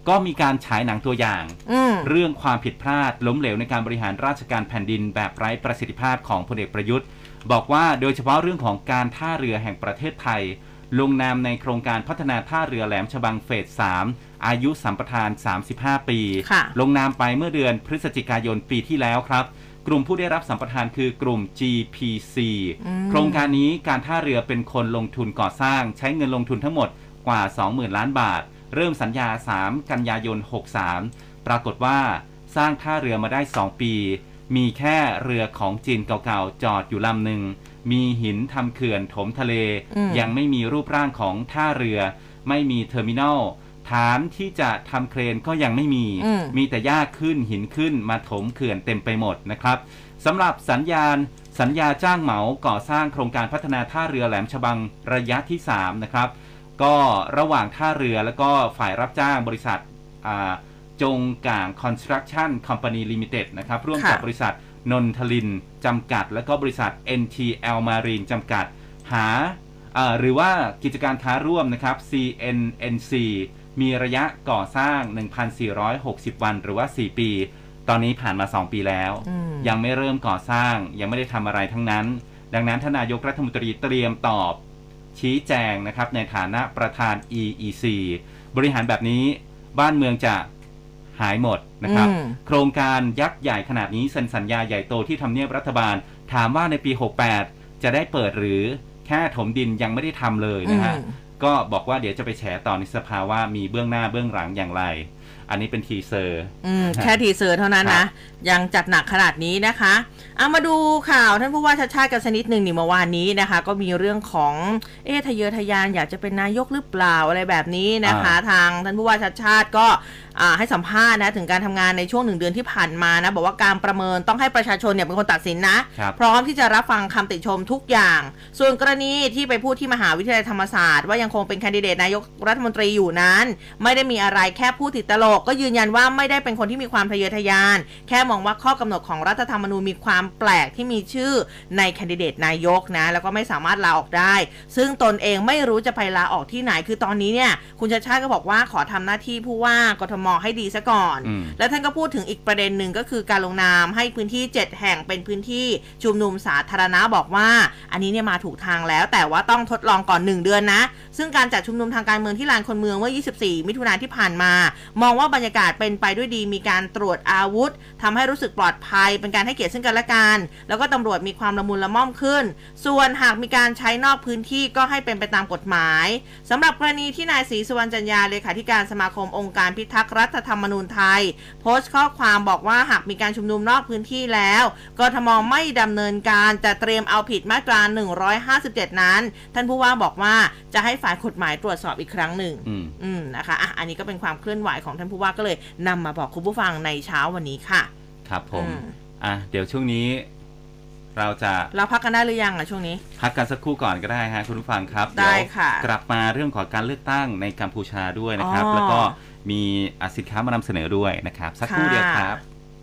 ก็มีการฉายหนังตัวอย่างเรื่องความผิดพลาดล้มเหลวในการบริหารราชการแผ่นดินแบบไร้ประสิทธิภาพของพลเอกประยุทธ์บอกว่าโดยเฉพาะเรื่องของการท่าเรือแห่งประเทศไทยลงนามในโครงการพัฒนาท่าเรือแหลมฉบังเฟสสามอายุสัมปทานสามสิบห้าปีลงนามไปเมื่อเดือนพฤศจิกายนปีที่แล้วครับกลุ่มผู้ได้รับสัมปทานคือกลุ่ม จี พี ซี โครงการนี้การท่าเรือเป็นคนลงทุนก่อสร้างใช้เงินลงทุนทั้งหมดกว่า สองหมื่น ล้านบาทเริ่มสัญญาสามกันยายนหกสิบสามปรากฏว่าสร้างท่าเรือมาได้สองปีมีแค่เรือของจีนเก่าๆจอดอยู่ลำหนึ่งมีหินทำเขื่อนถมทะเลยังไม่มีรูปร่างของท่าเรือไม่มีเทอร์มินอลฐานที่จะทำเครนก็ยังไม่มีมีแต่หญ้าขึ้นหินขึ้นมาถมเขื่อนเต็มไปหมดนะครับสำหรับสัญญาณสัญญาจ้างเหมาก่อสร้างโครงการพัฒนาท่าเรือแหลมฉบังระยะที่สามนะครับก็ระหว่างท่าเรือแล้วก็ฝ่ายรับจ้างบริษัทจงก่างคอนสตรักชั่นคอมพานีลิมิเต็ดนะครับร่วมกับบริษัทนนทลินจำกัดและก็บริษัท เอ็น ที แอล Marine จำกัดหาหรือว่ากิจการค้าร่วมนะครับ ซี เอ็น เอ็น ซี มีระยะก่อสร้าง หนึ่งพันสี่ร้อยหกสิบ วันหรือว่าสี่ปีตอนนี้ผ่านมาสองปีแล้วยังไม่เริ่มก่อสร้างยังไม่ได้ทำอะไรทั้งนั้นดังนั้นท่านนายกรัฐมนตรีเตรียมตอบชี้แจงนะครับในฐานะประธาน อี อี ซี บริหารแบบนี้บ้านเมืองจะหายหมดนะครับโครงการยักษ์ใหญ่ขนาดนี้เซ็นสัญญาใหญ่โตที่ทำเนียบรัฐบาลถามว่าในปีหกสิบแปดจะได้เปิดหรือแค่ถมดินยังไม่ได้ทำเลยนะฮะก็บอกว่าเดี๋ยวจะไปแฉต่อในสภาว่ามีเบื้องหน้าเบื้องหลังอย่างไรอันนี้เป็นทีเซอร์แค่ทีเซอร์เท่านั้นนะยังจัดหนักขนาดนี้นะคะเอามาดูข่าวท่านผู้ว่าชาติชาติกันสักนิดหนึ่งนี่เมื่อวานนี้นะคะก็มีเรื่องของเอ๊ะทะเยอทะยานอยากจะเป็นนายกหรือเปล่าอะไรแบบนี้นะคะทางท่านผู้ว่าชาติชาติก็ให้สัมภาษณ์นะถึงการทำงานในช่วงหนึ่งเดือนที่ผ่านมานะบอกว่าการประเมินต้องให้ประชาชนเนี่ยเป็นคนตัดสินนะพร้อมที่จะรับฟังคำติชมทุกอย่างส่วนกรณีที่ไปพูดที่มหาวิทยาลัยธรรมศาสตร์ว่ายังคงเป็นแคนดิเดตนายกรัฐมนตรีอยู่นั้นไม่ได้มีอะไรแค่พูดติดตลกก็ยืนยันว่าไม่ได้เป็นคนที่มีความทะเยอทะยานแค่มองว่าข้อกำหนดของรัฐธรรมนูญมีความแปลกที่มีชื่อในแคนดิเดตนายกนะแล้วก็ไม่สามารถลาออกได้ซึ่งตนเองไม่รู้จะไปลาออกที่ไหนคือตอนนี้เนี่ยคุณชาติชาติก็บอกว่าขอทำหน้าที่ผู้ว่ากทมให้ดีซะก่อนแล้วท่านก็พูดถึงอีกประเด็นหนึ่งก็คือการลงนามให้พื้นที่เจ็ดแห่งเป็นพื้นที่ชุมนุมสาธารณะบอกว่าอันนี้เนี่ยมาถูกทางแล้วแต่ว่าต้องทดลองก่อนหนึ่งเดือนนะซึ่งการจัดชุมนุมทางการเมืองที่ลานคนเมืองเมื่อยี่สิบสี่มิถุนายนที่ผ่านมามองว่าบรรยากาศเป็นไปด้วยดีมีการตรวจอาวุธทำให้รู้สึกปลอดภัยเป็นการให้เกียรติซึ่งกันและกันแล้วก็ตำรวจมีความละมุนละม่อมขึ้นส่วนหากมีการใช้นอกพื้นที่ก็ให้เป็นไปตามกฎหมายสำหรับกรณีที่นายศรีสุวรรณจันยาเลขาธิการสมาคมองค์การพิทักษ์รัฐธรรมนูญไทยโพสต์ข้อความบอกว่าหากมีการชุมนุมนอกพื้นที่แล้วกทมไม่ดำเนินการจะเตรียมเอาผิดมาตราหนึ่งร้อยห้าสิบเจ็ดนั้นท่านผู้ว่าบอกว่าจะให้ฝ่ายกฎหมายตรวจสอบอีกครั้งหนึ่งอืมนะคะอ่ะอันนี้ก็เป็นความเคลื่อนไหวของท่านผู้ว่าก็เลยนำมาบอกคุณผู้ฟังในเช้าวันนี้ค่ะครับผมอ่ะเดี๋ยวช่วงนี้เราจะเราพักกันได้หรือยังอ่ะช่วงนี้พักกันสักครู่ก่อนก็ได้ฮะคุณผู้ฟังครับได้ค่ะกลับมาเรื่องของการเลือกตั้งในกัมพูชาด้วยนะครับแล้วก็มีสินค้ามานำเสนอด้วยนะครับสักครู่เดียวครับ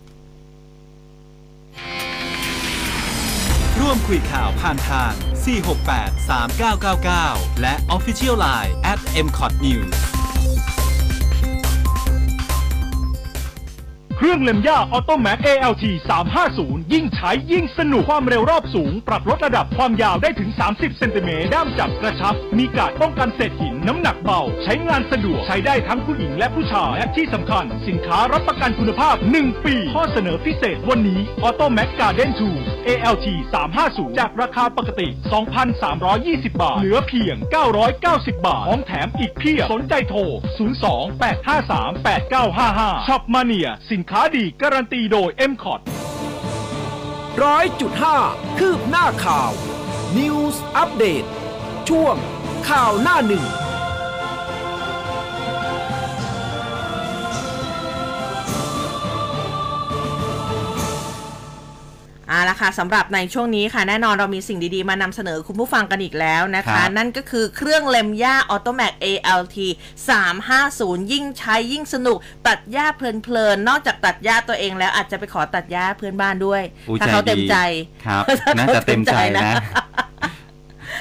ร่วมคุยข่าวผ่านทางสี่ หก แปด สาม เก้า เก้า เก้าและ Official ไลน์ แอท เอ็ม คอท นิวส์เครื่องเล็มหญ้าออโตแม็ก เอ แอล ที สามห้าศูนย์ยิ่งใช้ยิ่งสนุกความเร็วรอบสูงปรับลดระดับความยาวได้ถึงสามสิบเซนติเมตรด้ามจับกระชับมีการป้องกันเศษหินน้ำหนักเบาใช้งานสะดวกใช้ได้ทั้งผู้หญิงและผู้ชายและที่สำคัญสินค้ารับประกันคุณภาพหนึ่งปีข้อเสนอพิเศษวันนี้ออโตแม็กการ์เด้นทู เอ แอล ที สามห้าศูนย์จากราคาปกติ สองพันสามร้อยยี่สิบ บาทเหลือเพียงเก้าร้อยเก้าสิบบาทพร้อมแถมอีกเพียบสนใจโทรศูนย์ สอง แปด ห้า สาม แปด เก้า ห้า ห้าช็อปมาเนียสินค้าดีการันตีโดย เอ็ม คอทร้อยจุดห้า คืบหน้าข่าว News Update ช่วงข่าวหน้าหนึ่งเอาละค่ะสำหรับในช่วงนี้ค่ะแน่นอนเรามีสิ่งดีๆมานำเสนอคุณผู้ฟังกันอีกแล้วนะคะนั่นก็คือเครื่องเล็มหญ้าออโตแมก เอ แอล ที สามห้าศูนย์ยิ่งใช้ยิ่งสนุกตัดหญ้าเพลินๆนอกจากตัดหญ้าตัวเองแล้วอาจจะไปขอตัดหญ้าเพื่อนบ้านด้วยถ้าเขาเต็มใจครับน่าจะเต็มใจนะ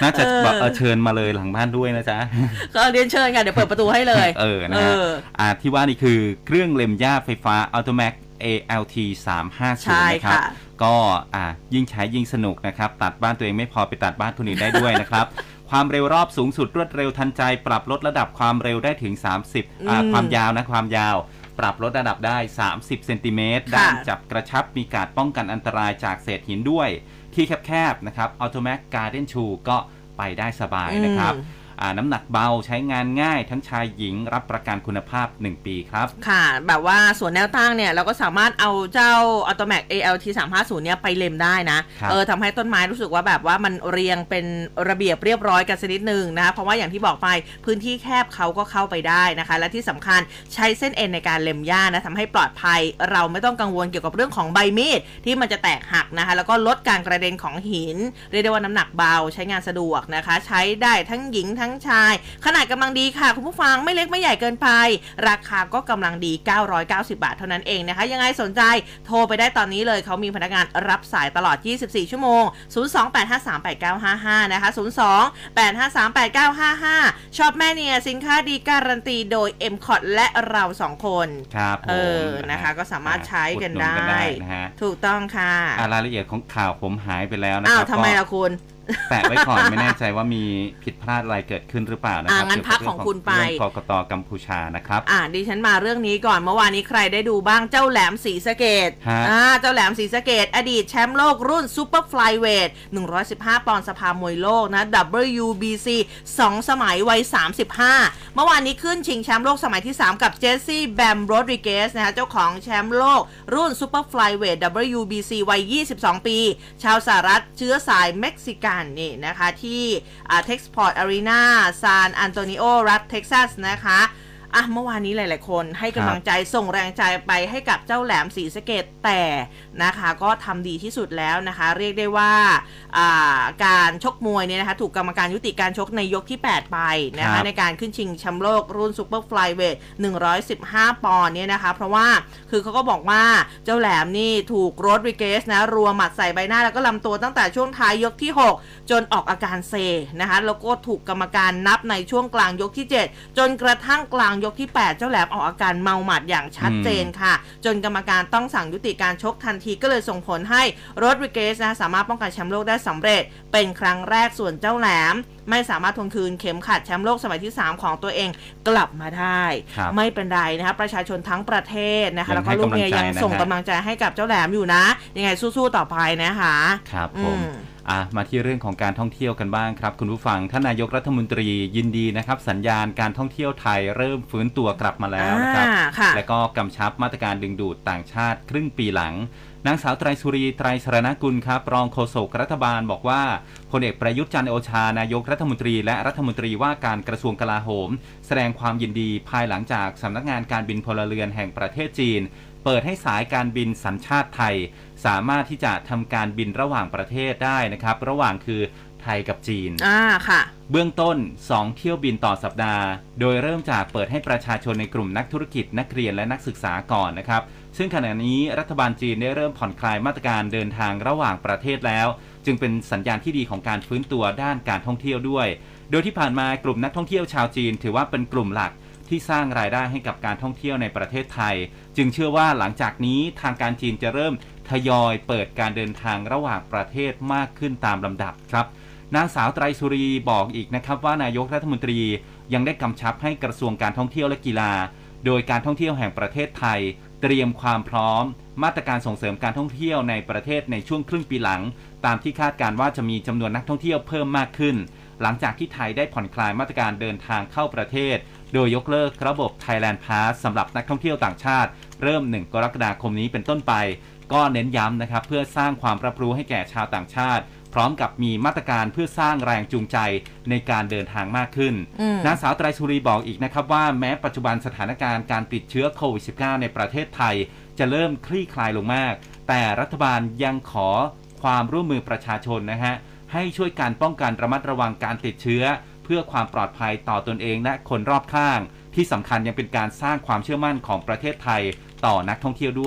น่าจะแบบเชิญมาเลยหลังบ้านด้วยนะจ๊ะก็เรียนเชิญค่ะเดี๋ยวเปิดประตูให้เลยเออนะฮะอ่าที่ว่านี่คือเครื่องเล็มหญ้าไฟฟ้า Automac เอ แอล ที สามห้าศูนย์นะครับก็อ่ายิ่งใช้ยิ่งสนุกนะครับตัดบ้านตัวเองไม่พอไปตัดบ้านคนอื่นได้ด้วยนะครับความเร็วรอบสูงสุดรวดเร็วทันใจปรับลดระดับความเร็วได้ถึงสามสิบอ่าความยาวนะความยาวปรับลดระดับได้สามสิบเซนติเมตรด้านจับกระชับมีการป้องกันอันตรายจากเศษหินด้วยที่แคบๆนะครับ Automac Garden Shoe ก็ไปได้สบายนะครับน้ำหนักเบาใช้งานง่ายทั้งชายหญิงรับประกันคุณภาพหนึ่งปีครับค่ะแบบว่าส่วนแนวตั้งเนี่ยเราก็สามารถเอาเจ้า Automac เอ แอล ที สามห้าศูนย์เนี่ยไปเล็มได้นะเออทำให้ต้นไม้รู้สึกว่าแบบว่ามันเรียงเป็นระเบียบเรียบร้อยกันสักนิดนึงนะเพราะว่าอย่างที่บอกไปพื้นที่แคบเขาก็เข้าไปได้นะคะและที่สำคัญใช้เส้นเอ็นในการเล็มหญ้านะทำให้ปลอดภัยเราไม่ต้องกังวลเกี่ยวกับเรื่องของใบมีดที่มันจะแตกหักนะคะแล้วก็ลดการกระเด็นของหินเรียกได้ว่าน้ำหนักเบาใช้งานสะดวกนะคะใช้ได้ทั้งหญิงทั้งชายขนาดกำลังดีค่ะคุณผู้ฟังไม่เล็กไม่ใหญ่เกินไปราคาก็กำลังดีเก้าร้อยเก้าสิบบาทเท่านั้นเองนะคะยังไงสนใจโทรไปได้ตอนนี้เลยเขามีพนักงานรับสายตลอดยี่สิบสี่ชั่วโมงศูนย์ สอง แปด ห้า สาม แปด เก้า ห้า ห้านะคะศูนย์ สอง แปด ห้า สาม แปด เก้า ห้า ห้าช็อปแม่เนียสินค้าดีการันตีโดย เอ็ม คอท และเราสองคนครับเออนะคะก็สามารถใช้กันได้ถูกต้องค่ะรายละเอียดของข่าวผมหายไปแล้วนะครับอ้าวทำไมล่ะคุณแปะไว้ก่อนไม่แน่ใจว่ามีผิดพลาดอะไรเกิดขึ้นหรือเปล่านะครับงั้นพักของคุณไปกกต.กัมพูชานะครับอ่าดิฉันมาเรื่องนี้ก่อนเมื่อวานนี้ใครได้ดูบ้างเจ้าแหลมศรีสะเกษอ่าเจ้าแหลมศรีสะเกษอดีตแชมป์โลกรุ่นซูเปอร์ฟลายเวทหนึ่งร้อยสิบห้าปอนด์สภามวยโลกนะ ดับเบิลยู บี ซี สองสมัยวัยสามสิบห้าเมื่อวานนี้ขึ้นชิงแชมป์โลกสมัยที่สามกับเจสซี่แบมโรดริเกสนะคะเจ้าของแชมป์โลกรุ่นซูเปอร์ฟลายเวท ดับเบิลยู บี ซี วัยยี่สิบสองปีชาวสหรัฐเชื้อสายเม็กซิกันนี่นะคะที่เท็กซ์พอร์ตอารีนาซานอันโตนิโอรัฐเท็กซัสนะคะอ่ะเมื่อวานนี้หลายๆคนให้กำลังใจส่งแรงใจไปให้กับเจ้าแหลมศรีสะเกษแต่นะคะก็ทำดีที่สุดแล้วนะคะเรียกได้ว่าการชกมวยเนี่ยนะคะถูกกรรมการยุติการชกในยกที่แปดไปนะคะในการขึ้นชิงแชมป์โลกรุ่นซูเปอร์ฟลายเวทหนึ่งร้อยสิบห้าปอนด์เนี่ยนะคะเพราะว่าคือเขาก็บอกว่าเจ้าแหลมนี่ถูกโรดริเกสนะรัวหมัดใส่ใบหน้าแล้วก็ลำตัวตั้งแต่ช่วงท้ายยกที่หกจนออกอาการเซนะคะแล้วก็ถูกกรรมการนับในช่วงกลางยกที่เจ็ดจนกระทั่งกลางยกที่แปดเจ้าแหลมออกอาการเมาหมัดอย่างชัดเจนค่ะจนกรรมการต้องสั่งยุติการชกทันทีก็เลยส่งผลให้โรดริเกสนะสามารถป้องกันแชมป์โลกได้สำเร็จเป็นครั้งแรกส่วนเจ้าแหลมไม่สามารถทวงคืนเข็มขัดแชมป์โลกสมัยที่สามของตัวเองกลับมาได้ไม่เป็นไรนะคะประชาชนทั้งประเทศนะคะแล้วก็ลูกเมียยังส่งกำลังใจให้กับเจ้าแหลมอยู่นะยังไงสู้ๆต่อไปนะคะครับผมอ่ะมาที่เรื่องของการท่องเที่ยวกันบ้างครับคุณผู้ฟังท่านนายกรัฐมนตรียินดีนะครับสัญญาณการท่องเที่ยวไทยเริ่มฟื้นตัวกลับมาแล้วนะครับและก็กำชับมาตรการดึงดูดต่างชาติครึ่งปีหลังนางสาวไตรสุรีไตรสรณกุลครับรองโฆษกรัฐบาลบอกว่าพลเอกประยุทธ์จันทร์โอชานายกรัฐมนตรีและรัฐมนตรีว่าการกระทรวงกลาโหมแสดงความยินดีภายหลังจากสำนักงานการบินพลเรือนแห่งประเทศจีนเปิดให้สายการบินสัญชาติไทยสามารถที่จะทำการบินระหว่างประเทศได้นะครับระหว่างคือไทยกับจีนอ่าค่ะเบื้องต้นสองเที่ยวบินต่อสัปดาห์โดยเริ่มจากเปิดให้ประชาชนในกลุ่มนักธุรกิจนักเรียนและนักศึกษาก่อนนะครับซึ่งขณะนี้รัฐบาลจีนได้เริ่มผ่อนคลายมาตรการเดินทางระหว่างประเทศแล้วจึงเป็นสัญญาณที่ดีของการฟื้นตัวด้านการท่องเที่ยวด้วยโดยที่ผ่านมากลุ่มนักท่องเที่ยวชาวจีนถือว่าเป็นกลุ่มหลักที่สร้างรายได้ให้กับการท่องเที่ยวในประเทศไทยจึงเชื่อว่าหลังจากนี้ทางการจีนจะเริ่มทยอยเปิดการเดินทางระหว่างประเทศมากขึ้นตามลำดับครับนางสาวไตรสุรีบอกอีกนะครับว่านายกรัฐมนตรียังได้กำชับให้กระทรวงการท่องเที่ยวและกีฬาโดยการท่องเที่ยวแห่งประเทศไทยเตรียมความพร้อมมาตรการส่งเสริมการท่องเที่ยวในประเทศในช่วงครึ่งปีหลังตามที่คาดการณ์ว่าจะมีจำนวนนักท่องเที่ยวเพิ่มมากขึ้นหลังจากที่ไทยได้ผ่อนคลายมาตรการเดินทางเข้าประเทศโดยยกเลิกระบบ Thailand Pass สำหรับนักท่องเที่ยวต่างชาติเริ่มหนึ่งกรกฎาคมนี้เป็นต้นไปก็เน้นย้ำนะครับเพื่อสร้างความรับรู้ให้แก่ชาวต่างชาติพร้อมกับมีมาตรการเพื่อสร้างแรงจูงใจในการเดินทางมากขึ้นนางสาวไตรสุรีบอกอีกนะครับว่าแม้ปัจจุบันสถานการณ์การติดเชื้อโควิด สิบเก้า ในประเทศไทยจะเริ่มคลี่คลายลงมากแต่รัฐบาลยังขอความร่วมมือประชาชนนะฮะให้ช่วยการป้องกันระมัดระวังการติดเชื้อเพื่อความปลอดภัยต่อตนเองและคนรอบข้างที่สำคัญยังเป็นการสร้างความเชื่อมั่นของประเทศไทยต่อนักท่องเที่ยวด้วย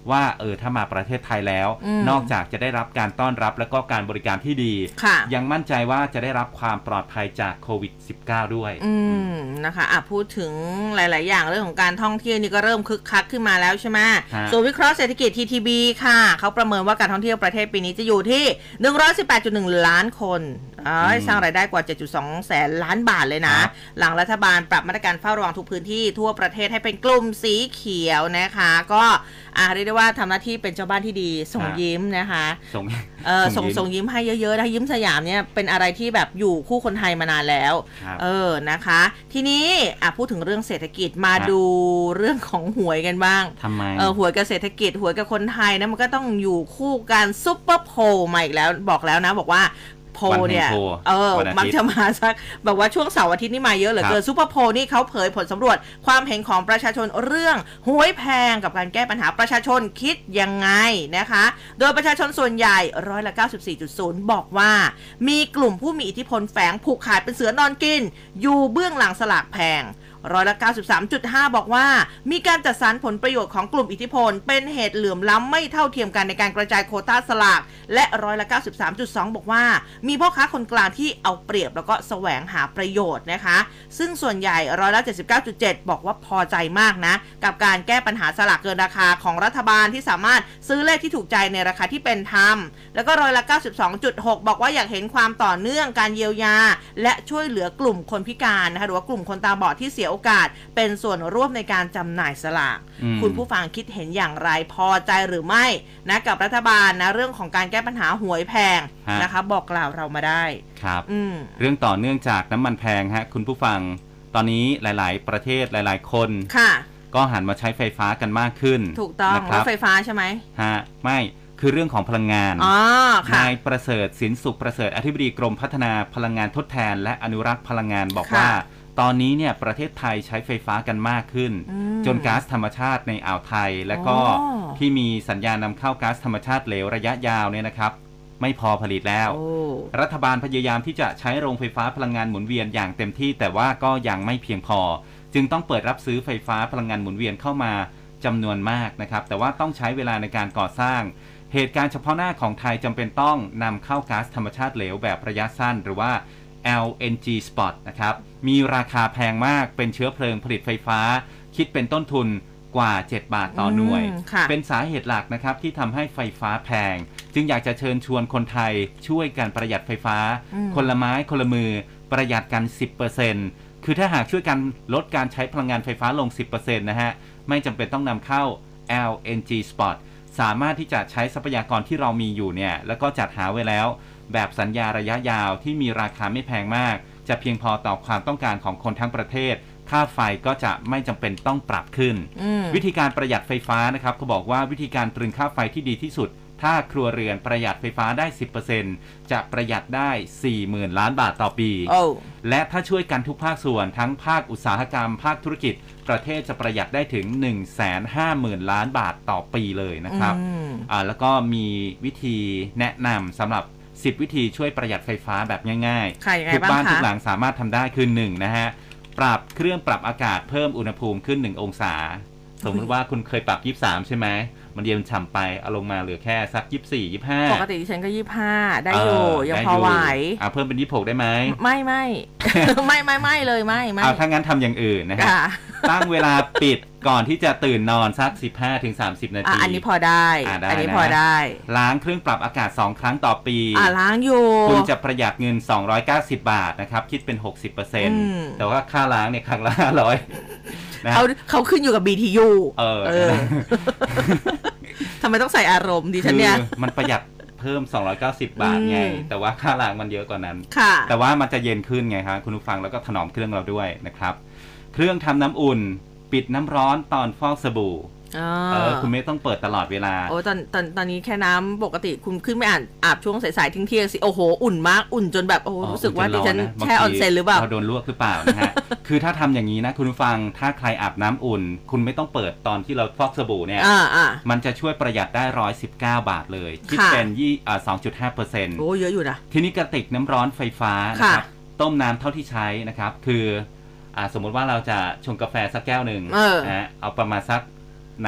ว่าเออถ้ามาประเทศไทยแล้วนอกจากจะได้รับการต้อนรับและก็การบริการที่ดียังมั่นใจว่าจะได้รับความปลอดภัยจากโควิด สิบเก้า ด้วยอืมนะคะอ่ะพูดถึงหลายๆอย่างเรื่องของการท่องเที่ยวนี่ก็เริ่มคึกคักขึ้นมาแล้วใช่ไหมส่วนวิเคราะห์เศรษฐกิจ ที ที บี ค่ะเขาประเมินว่าการท่องเที่ยวประเทศปีนี้จะอยู่ที่ หนึ่งร้อยสิบแปดจุดหนึ่ง ล้านคนสร้างรายได้กว่า เจ็ดจุดสอง แสนล้านบาทเลยนะหลังรัฐบาลปรับมาตรการเฝ้าระวังทุกพื้นที่ทั่วประเทศให้เป็นกลุ่มสีเขียวนะคะก็อ่าเรียกได้ว่าทำหน้าที่เป็นเจ้าบ้านที่ดีส่งยิ้มนะคะส่งเออส่งส่งยิ้มให้เยอะๆนะยิ้มสยามเนี่ยเป็นอะไรที่แบบอยู่คู่คนไทยมานานแล้วเออนะคะทีนี้อ่ะพูดถึงเรื่องเศรษฐกิจมาดูเรื่องของหวยกันบ้างทำไมเออหวยกับเศรษฐกิจหวยกับคนไทยนะมันก็ต้องอยู่คู่กันซุปเปอร์โพลมาอีกแล้วบอกแล้วนะบอกว่าโพเนี่ยเออมักจะมาสักแบบว่าช่วงเสาร์อาทิตย์นี่มาเยอะเหลือเกินซูเปอร์โพนี่เขาเผยผลสำรวจความเห็นของประชาชนเรื่องหวยแพงกับการแก้ปัญหาประชาชนคิดยังไงนะคะโดยประชาชนส่วนใหญ่ร้อยละ เก้าสิบสี่จุดศูนย์ บอกว่ามีกลุ่มผู้มีอิทธิพลแฝงผูกขาดเป็นเสือนอนกินอยู่เบื้องหลังสลากแพงร้อยละ เก้าสิบสามจุดห้า บอกว่ามีการจัดสรรผลประโยชน์ของกลุ่มอิทธิพลเป็นเหตุเหลื่อมล้ำไม่เท่าเทียมกันในการกระจายโควต้าสลากและร้อยละ เก้าสิบสามจุดสอง บอกว่ามีพ่อค้าคนกลางที่เอาเปรียบแล้วก็แสวงหาประโยชน์นะคะซึ่งส่วนใหญ่ร้อยละ เจ็ดสิบเก้าจุดเจ็ด บอกว่าพอใจมากนะกับการแก้ปัญหาสลากเกินราคาของรัฐบาลที่สามารถซื้อเลขที่ถูกใจในราคาที่เป็นธรรมแล้วก็ร้อยละ เก้าสิบสองจุดหก บอกว่าอยากเห็นความต่อเนื่องการเยียวยาและช่วยเหลือกลุ่มคนพิการนะคะหรือว่ากลุ่มคนตาบอดที่เสียโอกาสเป็นส่วนร่วมในการจำหน่ายสลากคุณผู้ฟังคิดเห็นอย่างไรพอใจหรือไม่นะกับรัฐบาลนะเรื่องของการแก้ปัญหาหวยแพงนะคะบอกกล่าวเรามาได้ครับเรื่องต่อเนื่องจากน้ำมันแพงฮะคุณผู้ฟังตอนนี้หลายๆประเทศหลายๆคนค่ะก็หันมาใช้ไฟฟ้ากันมากขึ้นถูกต้องรถไฟฟ้าใช่ไหมฮะไม่คือเรื่องของพลังงานนายประเสริฐสินสุขประเสริฐอธิบดีกรมพัฒนาพลังงานทดแทนและอนุรักษ์พลังงานบอกว่าตอนนี้เนี่ยประเทศไทยใช้ไฟฟ้ากันมากขึ้นจนก๊าซธรรมชาติในอ่าวไทยและก็ที่มีสัญญาณนำเข้าก๊าซธรรมชาติเหลวระยะยาวเนี่ยนะครับไม่พอผลิตแล้วรัฐบาลพยายามที่จะใช้โรงไฟฟ้าพลังงานหมุนเวียนอย่างเต็มที่แต่ว่าก็ยังไม่เพียงพอจึงต้องเปิดรับซื้อไฟฟ้าพลังงานหมุนเวียนเข้ามาจำนวนมากนะครับแต่ว่าต้องใช้เวลาในการก่อสร้างเหตุการณ์เฉพาะหน้าของไทยจำเป็นต้องนำเข้าก๊าซธรรมชาติเหลวแบบระยะสั้นหรือว่า แอล เอ็น จี Spot นะครับมีราคาแพงมากเป็นเชื้อเพลิงผลิตไฟฟ้าคิดเป็นต้นทุนกว่าเจ็ดบาทต่อหน่วยเป็นสาเหตุหลักนะครับที่ทำให้ไฟฟ้าแพงจึงอยากจะเชิญชวนคนไทยช่วยกันประหยัดไฟฟ้าคนละไม้คนละมือประหยัดกัน สิบเปอร์เซ็นต์ คือถ้าหากช่วยกันลดการใช้พลังงานไฟฟ้าลง สิบเปอร์เซ็นต์ นะฮะไม่จำเป็นต้องนำเข้า แอล เอ็น จี Spot สามารถที่จะใช้ทรัพยากรที่เรามีอยู่เนี่ยแล้วก็จัดหาไว้แล้วแบบสัญญาระยะยาวที่มีราคาไม่แพงมากจะเพียงพอต่อความต้องการของคนทั้งประเทศค่าไฟก็จะไม่จำเป็นต้องปรับขึ้นวิธีการประหยัดไฟฟ้านะครับเขาบอกว่าวิธีการตรึงค่าไฟที่ดีที่สุดถ้าครัวเรือนประหยัดไฟฟ้าได้ สิบเปอร์เซ็นต์ จะประหยัดได้ สี่หมื่น ล้านบาทต่อปี oh. และถ้าช่วยกันทุกภาคส่วนทั้งภาคอุตสาหกรรมภาคธุรกิจประเทศจะประหยัดได้ถึง หนึ่งแสนห้าหมื่น ล้านบาทต่อปีเลยนะครับอ่าแล้วก็มีวิธีแนะนำสำหรับสิบวิธีช่วยประหยัดไฟฟ้าแบบง่ายๆทุกบ้านทุกหลังสามารถทำได้คือหนึ่งนะฮะปรับเครื่องปรับอากาศเพิ่มอุณหภูมิขึ้นหนึ่งองศาสมมติว่าคุณเคยปรับยี่สิบสามใช่ไหมมันเย็นฉ่ำไปเอาลงมาเหลือแค่สักยี่สิบสี่ ยี่สิบห้าปกติดิฉันก็ยี่สิบห้าได้อยู่ยังพอไหวอ่าเพิ่มเป็นยี่สิบหกได้ไหมไม่ไม่ไม่ไม่ไม่เลยไม่ไม่เอาถ้างั้นทำอย่างอื่นนะฮะตั้งเวลาปิดก่อนที่จะตื่นนอนสัก สิบห้าถึงสามสิบ นาทีอันนี้พอได้อันนี้พอได้ล้างเครื่องปรับอากาศสองครั้งต่อปีอ่าล้างอยู่คุณจะประหยัดเงินสองร้อยเก้าสิบบาทนะครับคิดเป็น หกสิบเปอร์เซ็นต์ แต่ว่าค่าล้างเนี่ยครั้งละห้าร้อยเขาเขาขึ้นอยู่กับ บี ที ยูเออทำไมต้องใส่อารมณ์ดิฉันเนี่ยมันประหยัดเพิ่มสองร้อยเก้าสิบบาทไงแต่ว่าค่าล้างมันเยอะกว่านั้นค่ะแต่ว่ามันจะเย็นขึ้นไงครับคุณผู้ฟังแล้วก็ถนอมเครื่องเราด้วยนะครับเครื่องทำน้ำอุ่นปิดน้ำร้อนตอนฟอกสบู่เออคุณไม่ต้องเปิดตลอดเวลาโอ้ตอนตอนตอนนี้แค่น้ำปกติคุณขึ้นไม่อ่านอาบช่วงสายๆทิ้งเที่ยงสิโอ้โหอุ่นมากอุ่นจนแบบโอ้รู้สึกว่าดิฉันแช่ออนเซ็นหรือเปล่าเราโดนลวกหรือเปล่านะฮะคือถ้าทำอย่างนี้นะคุณผู้ฟังถ้าใครอาบน้ำอุ่นคุณไม่ต้องเปิดตอนที่เราฟอกสบู่เนี่ยมันจะช่วยประหยัดได้หนึ่งร้อยสิบเก้าบาทเลยคิดเป็นยี่อ่า สองจุดห้าเปอร์เซ็นต์โอ้เยอะอยู่นะทีนี้กระติกน้ำร้อนไฟฟ้านะครับต้มน้ำเท่าที่ใช้นะครับคืออ่าสมมติว่าเราจะชงกาแฟสักแก้วหนึ่งนะเอาประมาณสักน้ำป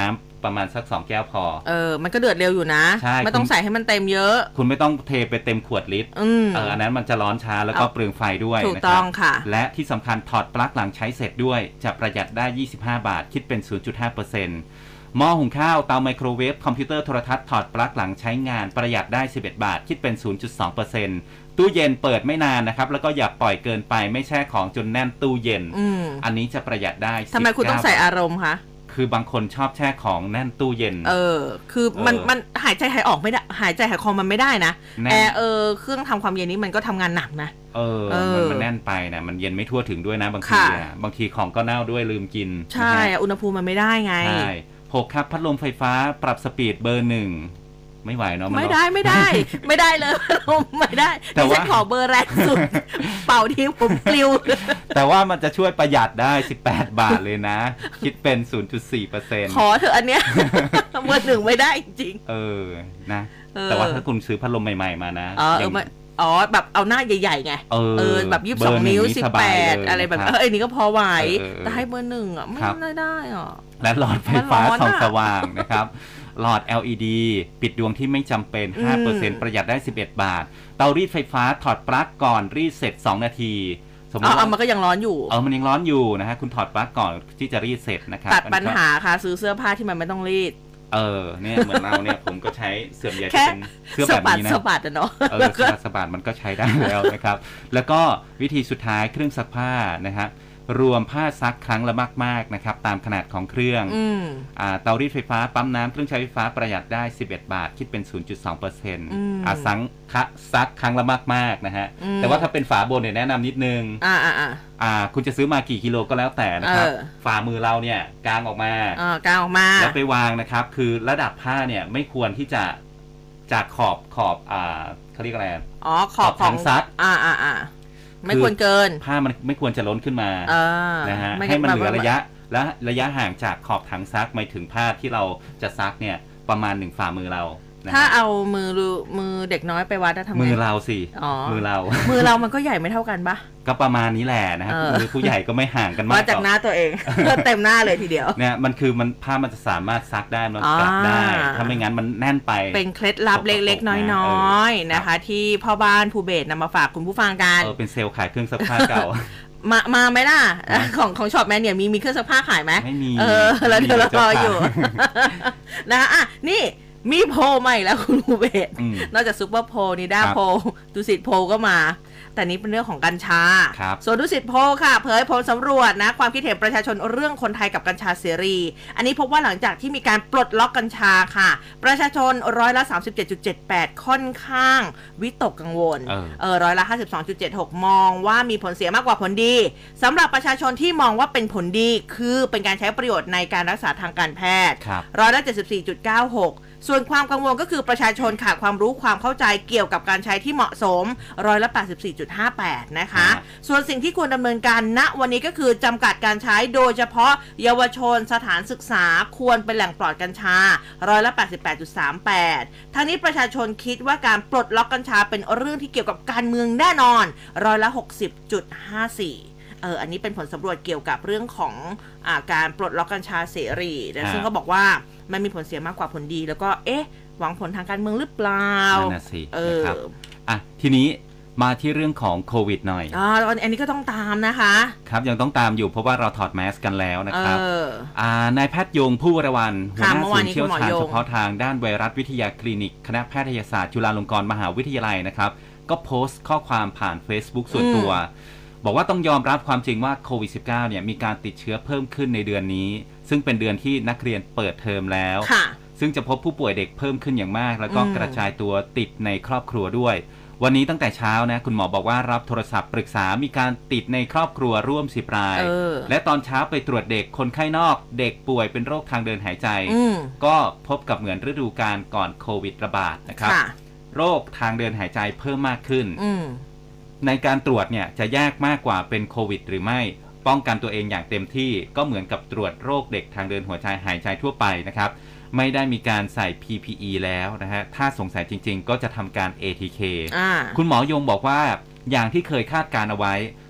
ประมาณสักสองแก้วพอเออมันก็เดือดเร็วอยู่นะไม่ต้องใส่ให้มันเต็มเยอะคุณไม่ต้องเทไปเต็มขวดลิตรเอออันนั้นมันจะร้อนช้าแล้วก็เปลืองไฟด้วยถูกต้องค่ะและที่สำคัญถอดปลั๊กหลังใช้เสร็จด้วยจะประหยัดได้ยี่สิบห้าบาทคิดเป็น ศูนย์จุดห้าเปอร์เซ็นต์ หม้อหุงข้าวเตาไมโครเวฟคอมพิวเตอร์โทรทัศน์ถอดปลั๊กหลังใช้งานประหยัดได้สิบเอ็ดบาทคิดเป็น ศูนย์จุดสองเปอร์เซ็นต์ ตู้เย็นเปิดไม่นานนะครับแล้วก็อย่าปล่อยเกินไปไม่แช่ของจนแน่นตู้เย็น อ, อันนี้จะประหยัดได้ทำไมคุณต้องใส่อารมณ์คะคือบางคนชอบแช่ของแน่นตู้เย็นเออคือมันมันหายใจหายออกไม่ได้หายใจหายคอมันไม่ได้นะแอร์เออเครื่องทำความเย็นนี้มันก็ทำงานหนักนะเออมันมันแน่นไปนะมันเย็นไม่ทั่วถึงด้วยนะบางทีอ่ะบางทีของก็เน่าด้วยลืมกินใช่อุณหภูมิมันไม่ได้ไงใช่หกครับพัดลมไฟฟ้าปรับสปีดเบอร์หนึ่งไม่ไหวเนาะไม่ได้ไม่ได้ไม่ได้เลยไม่ได้แต่ว่าขอเบอร์แรงสุดเป่าทิ้งผมปลิวแต่ว่ามันจะช่วยประหยัดได้สิบแปดบาทเลยนะคิดเป็น ศูนย์จุดสี่เปอร์เซ็นต์ขอเถอะอันเนี้ยเบอร์หนึ่งไม่ได้จริงเออนะแต่ว่าถ้าคุณซื้อพัดลมใหม่ๆมานะอ๋อแบบเอาหน้าใหญ่ๆไงเออแบบยี่สิบสองนิ้วสิบแปดอะไรแบบเอออันนี้ก็พอไหวแต่ให้เบอร์หนึ่งอ่ะไม่ได้อ่ะและหลอดไฟฟ้าส่องสว่างนะครับหลอด แอล อี ดี ปิดดวงที่ไม่จำเป็น ห้าเปอร์เซ็นต์ ประหยัดได้สิบเอ็ดบาทเตารีดไฟฟ้าถอดปลั๊กก่อนรีดเสร็จสองนาทีสมมติว่ามันก็ยังร้อนอยู่เออมันยังร้อนอยู่นะฮะคุณถอดปลั๊กก่อนที่จะรีดเสร็จนะครับตัดปัญหาค่ะซื้อเสื้อผ้าที่มันไม่ต้องรีดเออเนี่ยเหมือนเราเนี่ยผมก็ใช้เสื้อใหญ่เป็นเสื้อแบบนี้นะสบัดเนาะเออสบัดสบัดมันก็ใช้ได้แล้วนะครับแล้วก็วิธีสุดท้ายเครื่องซักผ้านะฮะรวมผ้าซักครั้งละมากๆนะครับตามขนาดของเครื่องอ่าเตารีดไฟฟ้าปั๊มน้ำเครื่องใช้ไฟฟ้าประหยัดได้สิบเอ็ดบาทคิดเป็น ศูนย์จุดสองเปอร์เซ็นต์ อ่าซังคะซักครั้งละมากๆนะฮะแต่ว่าถ้าเป็นฝาบนเนี่ยแนะนำนิดนึงอ่าอ่าอ่าคุณจะซื้อมากี่กิโลก็แล้วแต่นะครับฝ่ามือเราเนี่ยกางออกมาอ่ากางออกมาแล้วไปวางนะครับคือระดับผ้าเนี่ยไม่ควรที่จะจากขอบขอบอ่าเขาเรียกอะไรอ๋อขอบถังซักอ่าอ่าอ่าไม่ควรเกินผ้ามันไม่ควรจะล้นขึ้นมานะฮะให้มันเหลือระยะและระยะห่างจากขอบถังซักไปถึงผ้าที่เราจะซักเนี่ยประมาณหนึ่งฝ่ามือเราถ้าเอามือมือเด็กน้อยไปวัดจะทำไงมือเราสิมือเรามือเรามันก็ใหญ่ไม่เท่ากันปะก็ประมาณนี้แหละนะครับมือผู้ใหญ่ก็ไม่ห่างกันมากวัดจากหน้าตัวเองเต็มหน้าเลยทีเดียวเนี่ยมันคือมันผ้ามันจะสามารถซักได้มันกลับได้ถ้าไม่งั้นมันแน่นไปเป็นเคล็ดลับเล็กๆน้อยๆนะคะที่พ่อบ้านภูเบศนำมาฝากคุณผู้ฟังกันเออเป็นเซลล์ขายเครื่องซักผ้าเก่ามามาไหมล่ะของของช็อปแมนเนี่ยมีมีเครื่องซักผ้าขายไหมไม่มีเออแล้วเดี๋ยวเรารออยู่นะคะอ่ะนี่มีโพลใหม่แล้วคุณภูเบศนอกจากซุปเปอร์โพลนิด้าโพลดุสิตโพลก็มาแต่นี้เป็นเรื่องของกัญชาส่วนดุสิตโพลค่ะเผยผลสำรวจนะความคิดเห็นประชาชนเรื่องคนไทยกับกัญชาเสรีอันนี้พบว่าหลังจากที่มีการปลดล็อกกัญชาค่ะประชาชนร้อยละ สามสิบเจ็ดจุดเจ็ดแปด ค่อนข้างวิตกกังวลเออร้อยละ ห้าสิบสองจุดเจ็ดหก มองว่ามีผลเสียมากกว่าผลดีสำหรับประชาชนที่มองว่าเป็นผลดีคือเป็นการใช้ประโยชน์ในการรักษาทางการแพทย์ร้อยละ เจ็ดสิบสี่จุดเก้าหกส่วนความกังวลก็คือประชาชนขาดความรู้ความเข้าใจเกี่ยวกับการใช้ที่เหมาะสมร้อยละ แปดสิบสี่จุดห้าแปด นะคะส่วนสิ่งที่ควรดำเนินการณวันนี้ก็คือจำกัดการใช้โดยเฉพาะเยาวชนสถานศึกษาควรเป็นแหล่งปลอดกัญชาร้อยละ แปดสิบแปดจุดสามแปด ทั้งนี้ประชาชนคิดว่าการปลดล็อกกัญชาเป็นเรื่องที่เกี่ยวกับการเมืองแน่นอนร้อยละ หกสิบจุดห้าสี่เอออันนี้เป็นผลสำรวจเกี่ยวกับเรื่องของอ่าการปลดล็อกกัญชาเสรีนะซึ่งก็บอกว่ามันมีผลเสียมากกว่าผลดีแล้วก็เอ๊ะหวังผลทางการเมืองหรือเปล่านั่นน่ะสินะครับอ่ะทีนี้มาที่เรื่องของโควิดหน่อยอ๋ออันนี้ก็ต้องตามนะคะครับยังต้องตามอยู่เพราะว่าเราถอดแมสกันแล้วนะครับอ่านายแพทย์ยงผู้วรวรรณหัวหน้าศูนย์เชี่ยวชาญเฉพาะทางด้านไวรัสวิทยาคลินิกคณะแพทยศาสตร์จุฬาลงกรณ์มหาวิทยาลัยนะครับก็โพสต์ข้อความผ่าน Facebook ส่วนตัวบอกว่าต้องยอมรับความจริงว่าโควิด สิบเก้า เนี่ยมีการติดเชื้อเพิ่มขึ้นในเดือนนี้ซึ่งเป็นเดือนที่นักเรียนเปิดเทอมแล้วซึ่งจะพบผู้ป่วยเด็กเพิ่มขึ้นอย่างมากแล้วก็กระจายตัวติดในครอบครัวด้วยวันนี้ตั้งแต่เช้านะคุณหมอบอกว่ารับโทรศัพท์ปรึกษามีการติดในครอบครัวร่วมสิบรายและตอนเช้าไปตรวจเด็กคนไข้นอกเด็กป่วยเป็นโรคทางเดินหายใจก็พบกับเหมือนฤดูกาลก่อนโควิดระบาดนะครับโรคทางเดินหายใจเพิ่มมากขึ้นในการตรวจเนี่ยจะแยกมากกว่าเป็นโควิดหรือไม่ป้องกันตัวเองอย่างเต็มที่ก็เหมือนกับตรวจโรคเด็กทางเดินหัวใจหายใจทั่วไปนะครับไม่ได้มีการใส่ พี พี อี แล้วนะฮะถ้าสงสัยจริงๆก็จะทำการ เอ ที เค คุณหมอยงบอกว่าอย่างที่เคยคาดการเอาไว้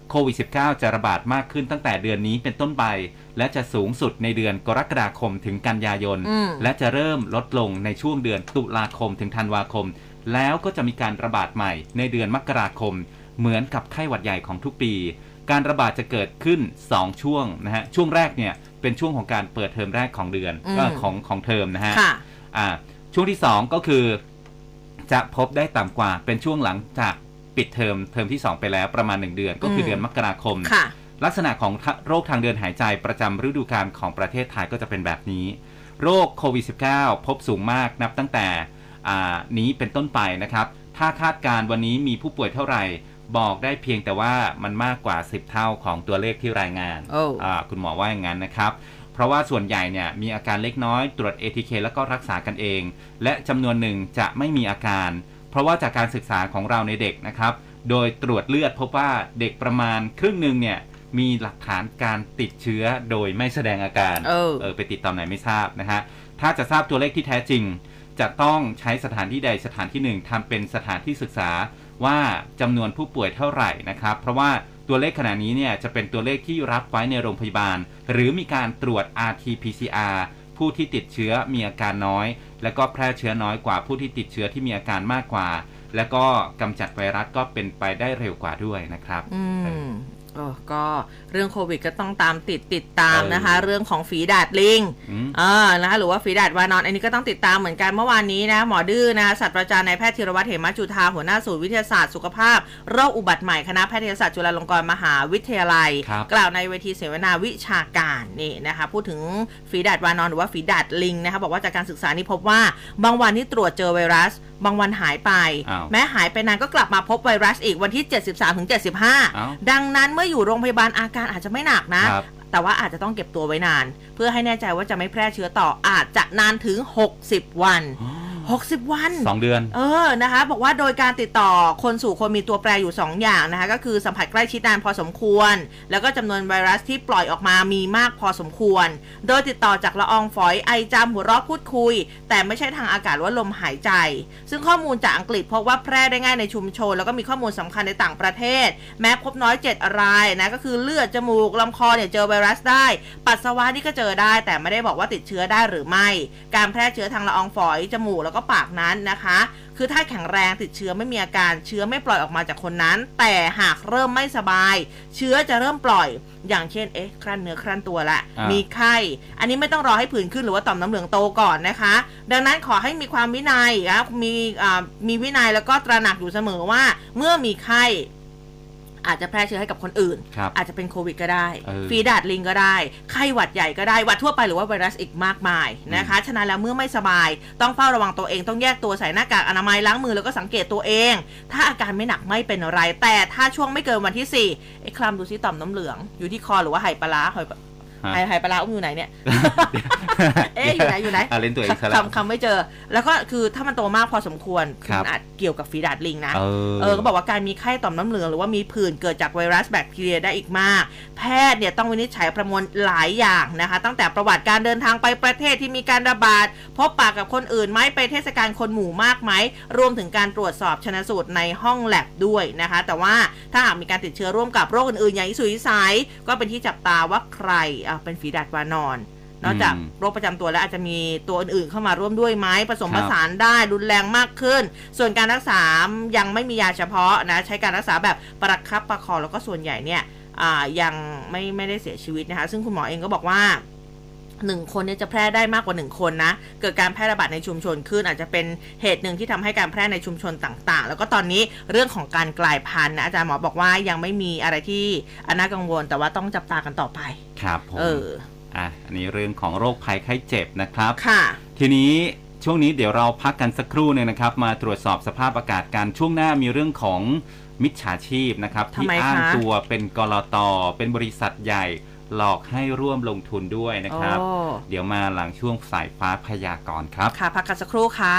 โควิด สิบเก้า จะระบาดมากขึ้นตั้งแต่เดือนนี้เป็นต้นไปและจะสูงสุดในเดือนกรกฎาคมถึงกันยายนและจะเริ่มลดลงในช่วงเดือนตุลาคมถึงธันวาคมแล้วก็จะมีการระบาดใหม่ในเดือนมกราคมเหมือนกับไข้หวัดใหญ่ของทุกปีการระบาดจะเกิดขึ้นสองช่วงนะฮะช่วงแรกเนี่ยเป็นช่วงของการเปิดเทอมแรกของเดือนก็ของของเทอมนะฮะอ่าช่วงที่สองก็คือจะพบได้ต่ำกว่าเป็นช่วงหลังจากปิดเทอมเทอมที่สองไปแล้วประมาณหนึ่งเดือนก็คือเดือนมกราคมลักษณะของโรคทางเดินหายใจประจำฤดูกาลของประเทศไทยก็จะเป็นแบบนี้โรคโควิด สิบเก้า พบสูงมากนับตั้งแต่นี้เป็นต้นไปนะครับถ้าคาดการวันนี้มีผู้ป่วยเท่าไหร่บอกได้เพียงแต่ว่ามันมากกว่าสิบเท่าของตัวเลขที่รายงาน oh. คุณหมอว่าอย่างนั้นนะครับเพราะว่าส่วนใหญ่เนี่ยมีอาการเล็กน้อยตรวจ เอ ที เค แล้วก็รักษากันเองและจำนวนหนึ่งจะไม่มีอาการเพราะว่าจากการศึกษาของเราในเด็กนะครับโดยตรวจเลือดพบว่าเด็กประมาณครึ่งหนึ่งเนี่ยมีหลักฐานการติดเชื้อโดยไม่แสดงอาการ oh. เออไปติดตอนไหนไม่ทราบนะฮะถ้าจะทราบตัวเลขที่แท้จริงจะต้องใช้สถานที่ใดสถานที่หนึ่งทำเป็นสถานที่ศึกษาว่าจำนวนผู้ป่วยเท่าไหร่นะครับเพราะว่าตัวเลขขณะนี้เนี่ยจะเป็นตัวเลขที่รับไว้ในโรงพยาบาลหรือมีการตรวจ อาร์ ที พี ซี อาร์ ผู้ที่ติดเชื้อมีอาการน้อยและก็แพร่เชื้อน้อยกว่าผู้ที่ติดเชื้อที่มีอาการมากกว่าและก็กำจัดไวรัสก็เป็นไปได้เร็วกว่าด้วยนะครับอืมโอ้ก็เรื่องโควิดก็ต้องตามติดติดตามนะคะเรื่องของฝีดาษลิงเออนะคะหรือว่าฝีดาษวานอนอันนี้ก็ต้องติดตามเหมือนกันเมื่อวานนี้นะหมอดื้อนะคะศาสตราจารย์นายแพทย์ธีรวัฒน์เหมจุฑาหัวหน้าศูนย์วิทยาศาสตร์สุขภาพโรคอุบัติใหม่คณะแพทยศาสตร์จุฬาลงกรณ์มหาวิทยาลัยกล่าวในเวทีเสวนาวิชาการนี่นะคะพูดถึงฝีดาษวานอนหรือว่าฝีดาษลิงนะคะบอกว่าจากการศึกษานี้พบว่าบางวันที่ตรวจเจอไวรัสบางวันหายไปแม้หายไปนานก็กลับมาพบไวรัสอีกวันที่เจ็ดสิบสามถึงเจ็ดสิบห้าดังนั้นเมื่ออยู่โรงพยาบาลอาการอาจจะไม่หนักนะแต่ว่าอาจจะต้องเก็บตัวไว้นานเพื่อให้แน่ใจว่าจะไม่แพร่เชื้อต่ออาจจะนานถึงหกสิบวันหกสิบวันสองเดือนเออนะคะบอกว่าโดยการติดต่อคนสู่คนมีตัวแปรอยู่สองอย่างนะคะก็คือสัมผัสใกล้ชิดนานพอสมควรแล้วก็จำนวนไวรัสที่ปล่อยออกมามีมากพอสมควรโดยติดต่อจากละอองฝอยไอจามหัวเราะพูดคุยแต่ไม่ใช่ทางอากาศว่าลมหายใจซึ่งข้อมูลจากอังกฤษพบว่าแพร่ได้ง่ายในชุมชนแล้วก็มีข้อมูลสำคัญในต่างประเทศแม้พบน้อยเจ็ดรายนะก็คือเลือดจมูกลำคอเนี่ยเจอไวรัสได้ปัสสาวะนี่ก็เจอได้แต่ไม่ได้บอกว่าติดเชื้อได้หรือไม่การแพร่เชื้อทางละอองฝอยจมูกแล้วก็ปากนั้นนะคะคือถ้าแข็งแรงติดเชื้อไม่มีอาการเชื้อไม่ปล่อยออกมาจากคนนั้นแต่หากเริ่มไม่สบายเชื้อจะเริ่มปล่อยอย่างเช่นเอ๊ะครั่นเนื้อครั่นตัวละมีไข้อันนี้ไม่ต้องรอให้ผื่นขึ้นหรือว่าต่อมน้ำเหลืองโตก่อนนะคะดังนั้นขอให้มีความวินัยนะมีมีวินัยแล้วก็ตระหนักอยู่เสมอว่าเมื่อมีไข้อาจจะแพร่เชื้อให้กับคนอื่นอาจจะเป็นโควิดก็ได้ฝีดาษลิงก็ได้ไข้หวัดใหญ่ก็ได้หวัดทั่วไปหรือว่าไวรัสอีกมากมายนะคะฉะนั้นแล้วเมื่อไม่สบายต้องเฝ้าระวังตัวเองต้องแยกตัวใส่หน้ากากอนามัยล้างมือแล้วก็สังเกตตัวเองถ้าอาการไม่หนักไม่เป็นอะไรแต่ถ้าช่วงไม่เกินวันที่สี่ไอ้คลำดูซิต่อมน้ำเหลืองอยู่ที่คอหรือว่าไหปลาร้าหอยหายหายปลาอุ้มอยู่ไหนเนี่ย เอ๊ะอยู่ไหนอยู่ไหนเล่นตัวเองซะแล้วคำคำไม่เจอแล้วก็คือถ้ามันโตมากพอสมควรคุณอาจเกี่ยวกับฝีดาษลิงนะเออเออก็บอกว่าการมีไข้ต่อมน้ำเหลืองหรือว่ามีผื่นเกิดจากไวรัสแบคทีเรียได้อีกมากแพทย์เนี่ยต้องวินิจฉัยประมวลหลายอย่างนะคะตั้งแต่ประวัติการเดินทางไปประเทศที่มีการระบาดพบปะกับคนอื่นไหมไปเทศกาลคนหมู่มากไหมรวมถึงการตรวจสอบชันสูตรในห้องแลบด้วยนะคะแต่ว่าถ้าหากมีการติดเชื้อร่วมกับโรคอื่นๆอย่างอิสุอิสัยก็เป็นที่จับตาว่าใครอ่ะเป็นฝีดาษวานอนนอกจากโรคประจำตัวแล้วอาจจะมีตัวอื่นๆเข้ามาร่วมด้วยไหมผสมผสานได้รุนแรงมากขึ้นส่วนการรักษายังไม่มียาเฉพาะนะใช้การรักษาแบบประคับประคองแล้วก็ส่วนใหญ่เนี่ยยังไม่ไม่ได้เสียชีวิตนะคะซึ่งคุณหมอเองก็บอกว่าหนึ่งคนเนี่ยจะแพร่ได้มากกว่าหนึ่งคนนะเกิดการแพร่ระบาดในชุมชนขึ้นอาจจะเป็นเหตุหนึ่งที่ทำให้การแพร่ในชุมชนต่างๆแล้วก็ตอนนี้เรื่องของการกลายพันธุ์นะอาจารย์หมอบอกว่ายังไม่มีอะไรที่น่ากังวลแต่ว่าต้องจับตากันต่อไปครับผมเอออ่ะอันนี้เรื่องของโรคภัยไข้เจ็บนะครับค่ะทีนี้ช่วงนี้เดี๋ยวเราพักกันสักครู่นึงนะครับมาตรวจสอบสภาพอากาศกันช่วงหน้ามีเรื่องของมิจฉาชีพนะครับที่อ้างตัวเป็นกลต.เป็นบริษัทใหญ่หลอกให้ร่วมลงทุนด้วยนะครับเดี๋ยวมาหลังช่วงสายฟ้าพยากรณ์ครับค่ะพักกันสักครู่ค่ะ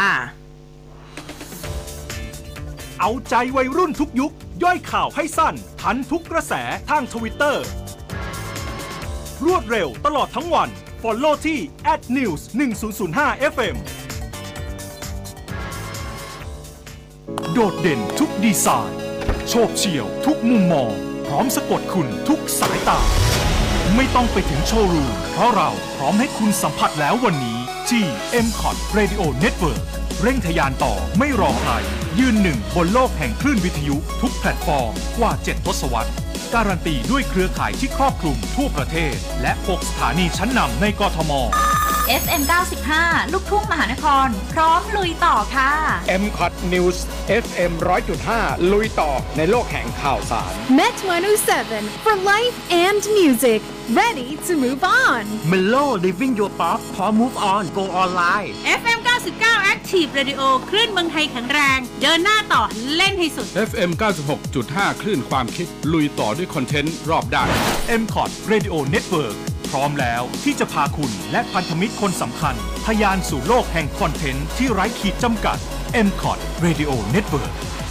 เอาใจวัยรุ่นทุกยุคย่อยข่าวให้สั้นทันทุกกระแสทาง ทวิตเตอร์ รวดเร็วตลอดทั้งวัน Follow ที่ แอท นิวส์ หนึ่งศูนย์ศูนย์ห้า เอฟ เอ็ม โดดเด่นทุกดีไซน์โฉบเฉี่ยวทุกมุมมองพร้อมสะกดคุณทุกสายตาไม่ต้องไปถึงโชว์รูมเพราะเราพร้อมให้คุณสัมผัสแล้ววันนี้ที่ เอ็ม คอท Radio Network เร่งทะยานต่อไม่รอใครยืนหนึ่งบนโลกแห่งคลื่นวิทยุทุกแพลตฟอร์มกว่าเจ็ดทศวรรษการันตีด้วยเครือข่ายที่ครอบคลุมทั่วประเทศและหกสถานีชั้นนำในกทมเอฟ เอ็ม เก้าสิบห้า ลูกทุ่งมหานครพร้อมลุยต่อค่ะเอ็ม คอท News เอฟ เอ็ม หนึ่งร้อยจุดห้า ลุยต่อในโลกแห่งข่าวสาร Met หนึ่งศูนย์เจ็ด for life and music ready to move on Mellow Living Your Pop พร้อม Move On Go Online เอฟ เอ็ม เก้าสิบเก้า Active Radio คลื่นเมืองไทยแข็งแรงเดินหน้าต่อเล่นให้สุดเอฟ เอ็ม เก้าสิบหกจุดห้า คลื่นความคิดลุยต่อด้วยคอนเทนต์รอบด้านเอ็ม คอท Radio Network พร้อมแล้วที่จะพาคุณและพันธมิตรคนสำคัญทะยานสู่โลกแห่งคอนเทนต์ที่ไร้ขีดจำกัด เอ็ม คอท Radio Network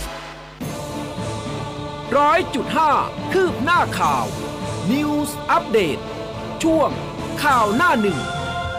ร้อยจุดห้าคืบหน้าข่าว News Update ช่วงข่าวหน้าหนึ่ง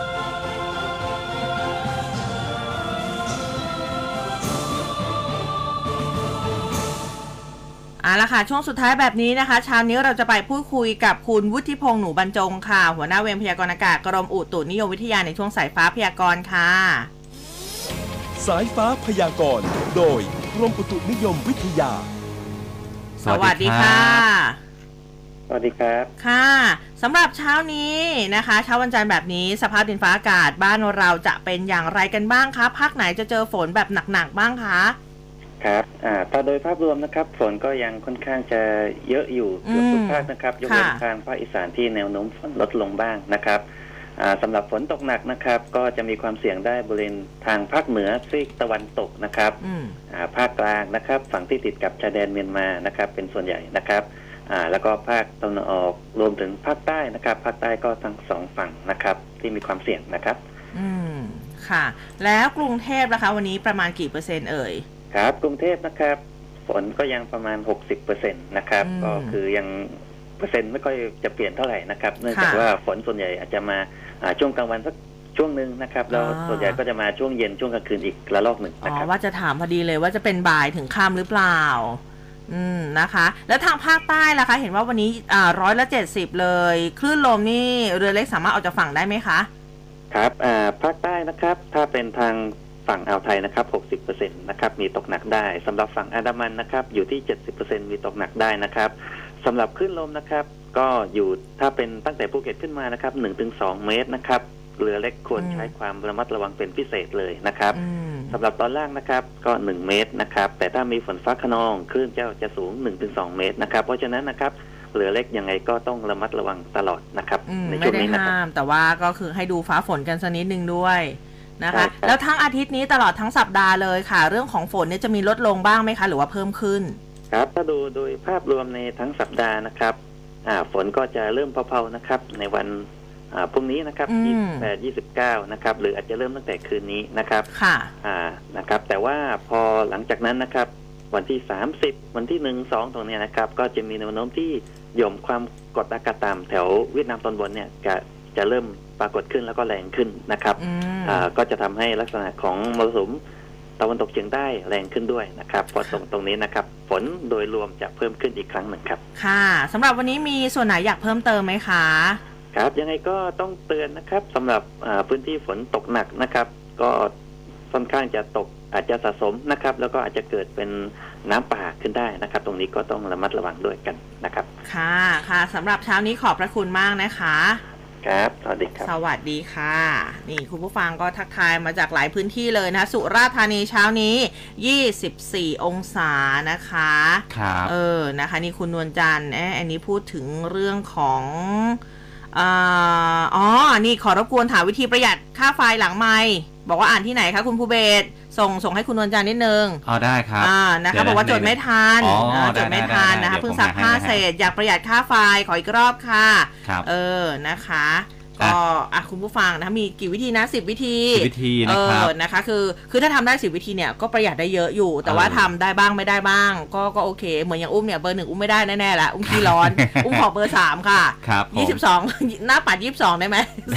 เอาละค่ะช่วงสุดท้ายแบบนี้นะคะเช้านี้เราจะไปพูดคุยกับคุณวุฒิพงษ์หนูบรรจงค่ะหัวหน้าเวรพยากรณ์อากาศกรมอุตุนิยมวิทยาในช่วงสายฟ้าพยากรณ์ค่ะสายฟ้าพยากรณ์โดยกรมอุตุนิยมวิทยาสวัสดีค่ะสวัสดีครับค่ะสำหรับเช้านี้นะคะเช้าวันจันทร์แบบนี้สภาพดินฟ้าอากาศบ้านเราจะเป็นอย่างไรกันบ้างคะภาคไหนจะเจอฝนแบบหนักๆบ้างคะครับอ่าถ้าโดยภาพรวมนะครับฝนก็ยังค่อนข้างจะเยอะอยู่เกือบทุกภาคนะครับยกเว้นทางภาคอีสานที่แนวโน้มฝนลดลงบ้างนะครับอ่าสำหรับฝนตกหนักนะครับก็จะมีความเสี่ยงได้บริเวณทางภาคเหนือซีกตะวันตกนะครับอ่าภาคกลางนะครับฝั่งที่ติดกับชายแดนเมียนมานะครับเป็นส่วนใหญ่นะครับอ่าแล้วก็ภาคตะวันออกรวมถึงภาคใต้นะครับภาคใต้ก็ทั้งสองฝั่งนะครับที่มีความเสี่ยงนะครับอืมค่ะแล้วกรุงเทพนะคะวันนี้ประมาณกี่เปอร์เซ็นต์เอ่ยครับกรุงเทพนะครับฝนก็ยังประมาณ หกสิบเปอร์เซ็นต์ นะครับก็คือยังเปอร์เซ็นต์ไม่ค่อยจะเปลี่ยนเท่าไหร่นะครับเนื่องจากว่าฝนส่วนใหญ่อาจจะมาช่วงกลางวันสักช่วงนึงนะครับแล้วส่วนใหญ่ก็จะมาช่วงเย็นช่วงกลางคืนอีกระลอกหนึ่งนะครับอ๋อว่าจะถามพอดีเลยว่าจะเป็นบ่ายถึงค่ำหรือเปล่าอืมนะคะแล้วทางภาคใต้ล่ะคะเห็นว่าวันนี้อ่าร้อยละเจ็ดสิบเลยคลื่นลมนี่เรือเล็กสามารถออกจากฝั่งได้ไหมคะครับอ่าภาคใต้นะครับถ้าเป็นทางฝั่งอ่าวไทยนะครับ หกสิบเปอร์เซ็นต์ นะครับมีตกหนักได้สำหรับฝั่งอันดามันนะครับอยู่ที่ เจ็ดสิบเปอร์เซ็นต์ มีตกหนักได้นะครับสำหรับคลื่นลมนะครับก็อยู่ถ้าเป็นตั้งแต่ภูเก็ตขึ้นมานะครับ หนึ่งถึงสอง เมตรนะครับเรือเล็กควรใช้ความระมัดระวังเป็นพิเศษเลยนะครับสำหรับตอนล่างนะครับก็หนึ่งเมตรนะครับแต่ถ้ามีฝนฟ้าคะนองคลื่นจะจะสูง หนึ่งถึงสอง เมตรนะครับเพราะฉะนั้นนะครับเรือเล็กยังไงก็ต้องระมัดระวังตลอดนะครับในช่วงนี้นะครับไม่ได้ห้ามแต่ว่าก็คือให้ดูฟ้าฝนกันสักนิดนึงด้วยนะคะแล้วทั้งอาทิตย์นี้ตลอดทั้งสัปดาห์เลยค่ะเรื่องของฝนเนี่ยจะมีลดลงบ้างไหมคะหรือว่าเพิ่มขึ้นครับถ้าดูโดยภาพรวมในทั้งสัปดาห์นะครับอ่าฝนก็จะเริ่มเพาๆนะครับในวันอ่าพรุ่งนี้นะครับยี่สิบแปด ยี่สิบเก้านะครับหรืออาจจะเริ่มตั้งแต่คืนนี้นะครับค่ะอ่านะครับแต่ว่าพอหลังจากนั้นนะครับวันที่สามสิบวันที่หนึ่ง สองตรงนี้นะครับก็จะมีแนวโน้มที่หย่อมความกดอากาศต่ำแถวเวียดนามตอนบนเนี่ยจะจะเริ่มปรากฏขึ้นแล้วก็แรงขึ้นนะครับอ่าก็จะทำให้ลักษณะของมรสุมตะวันตกเฉียงใต้แรงขึ้นด้วยนะครับเพราะตรงตรงนี้นะครับฝนโดยรวมจะเพิ่มขึ้นอีกครั้งหนึ่งครับค่ะสำหรับวันนี้มีส่วนไหนอยากเพิ่มเติมไหมคะครับยังไงก็ต้องเตือนนะครับสำหรับพื้นที่ฝนตกหนักนะครับก็ค่อนข้างจะตกอาจจะสะสมนะครับแล้วก็อาจจะเกิดเป็นน้ำป่าขึ้นได้นะครับตรงนี้ก็ต้องระมัดระวังด้วยกันนะครับค่ะค่ะสำหรับเช้านี้ขอบพระคุณมากนะคะครับสวัสดีครับสวัสดีค่ะนี่คุณผู้ฟังก็ทักทายมาจากหลายพื้นที่เลยนะสุราษฎร์ธานีเช้านี้ยี่สิบสี่องศานะคะครับเออนะคะนี่คุณนวลจันทร์เอ๊ะอันนี้พูดถึงเรื่องของอ่าอ๋อนี่ขอรบกวนถามวิธีประหยัดค่าไฟหลังไมค์บอกว่าอ่านที่ไหนคะคุณภูเบศส่งส่งให้คุณนวลจันทร์นิดนึงอ๋อได้ครับอ่านะคะบอกว่าจดไม่ทันจดไม่ทันนะคะเพิ่งซักผ้าเสร็จอยากประหยัดค่าไฟขออีกรอบค่ะเออนะคะก็อ่ะคุณผู้ฟังนะมีกี่วิธีนะสิบวิธีสิบวิธีนะครับเออนะคะคือคือถ้าทำได้สิบวิธีเนี่ยก็ประหยัดได้เยอะอยู่แต่ว่าทำได้บ้างไม่ได้บ้างก็ก็โอเคเหมือนอย่างอุ้มเนี่ยเบอร์หนึ่งอุ้มไม่ได้แน่ๆละอุ้มขี้ร้อนอุ้มขอเบอร์สามค่ะครับยี่สิบสองหน้าปัดยี่สิบสองได้ไหมสำหรับ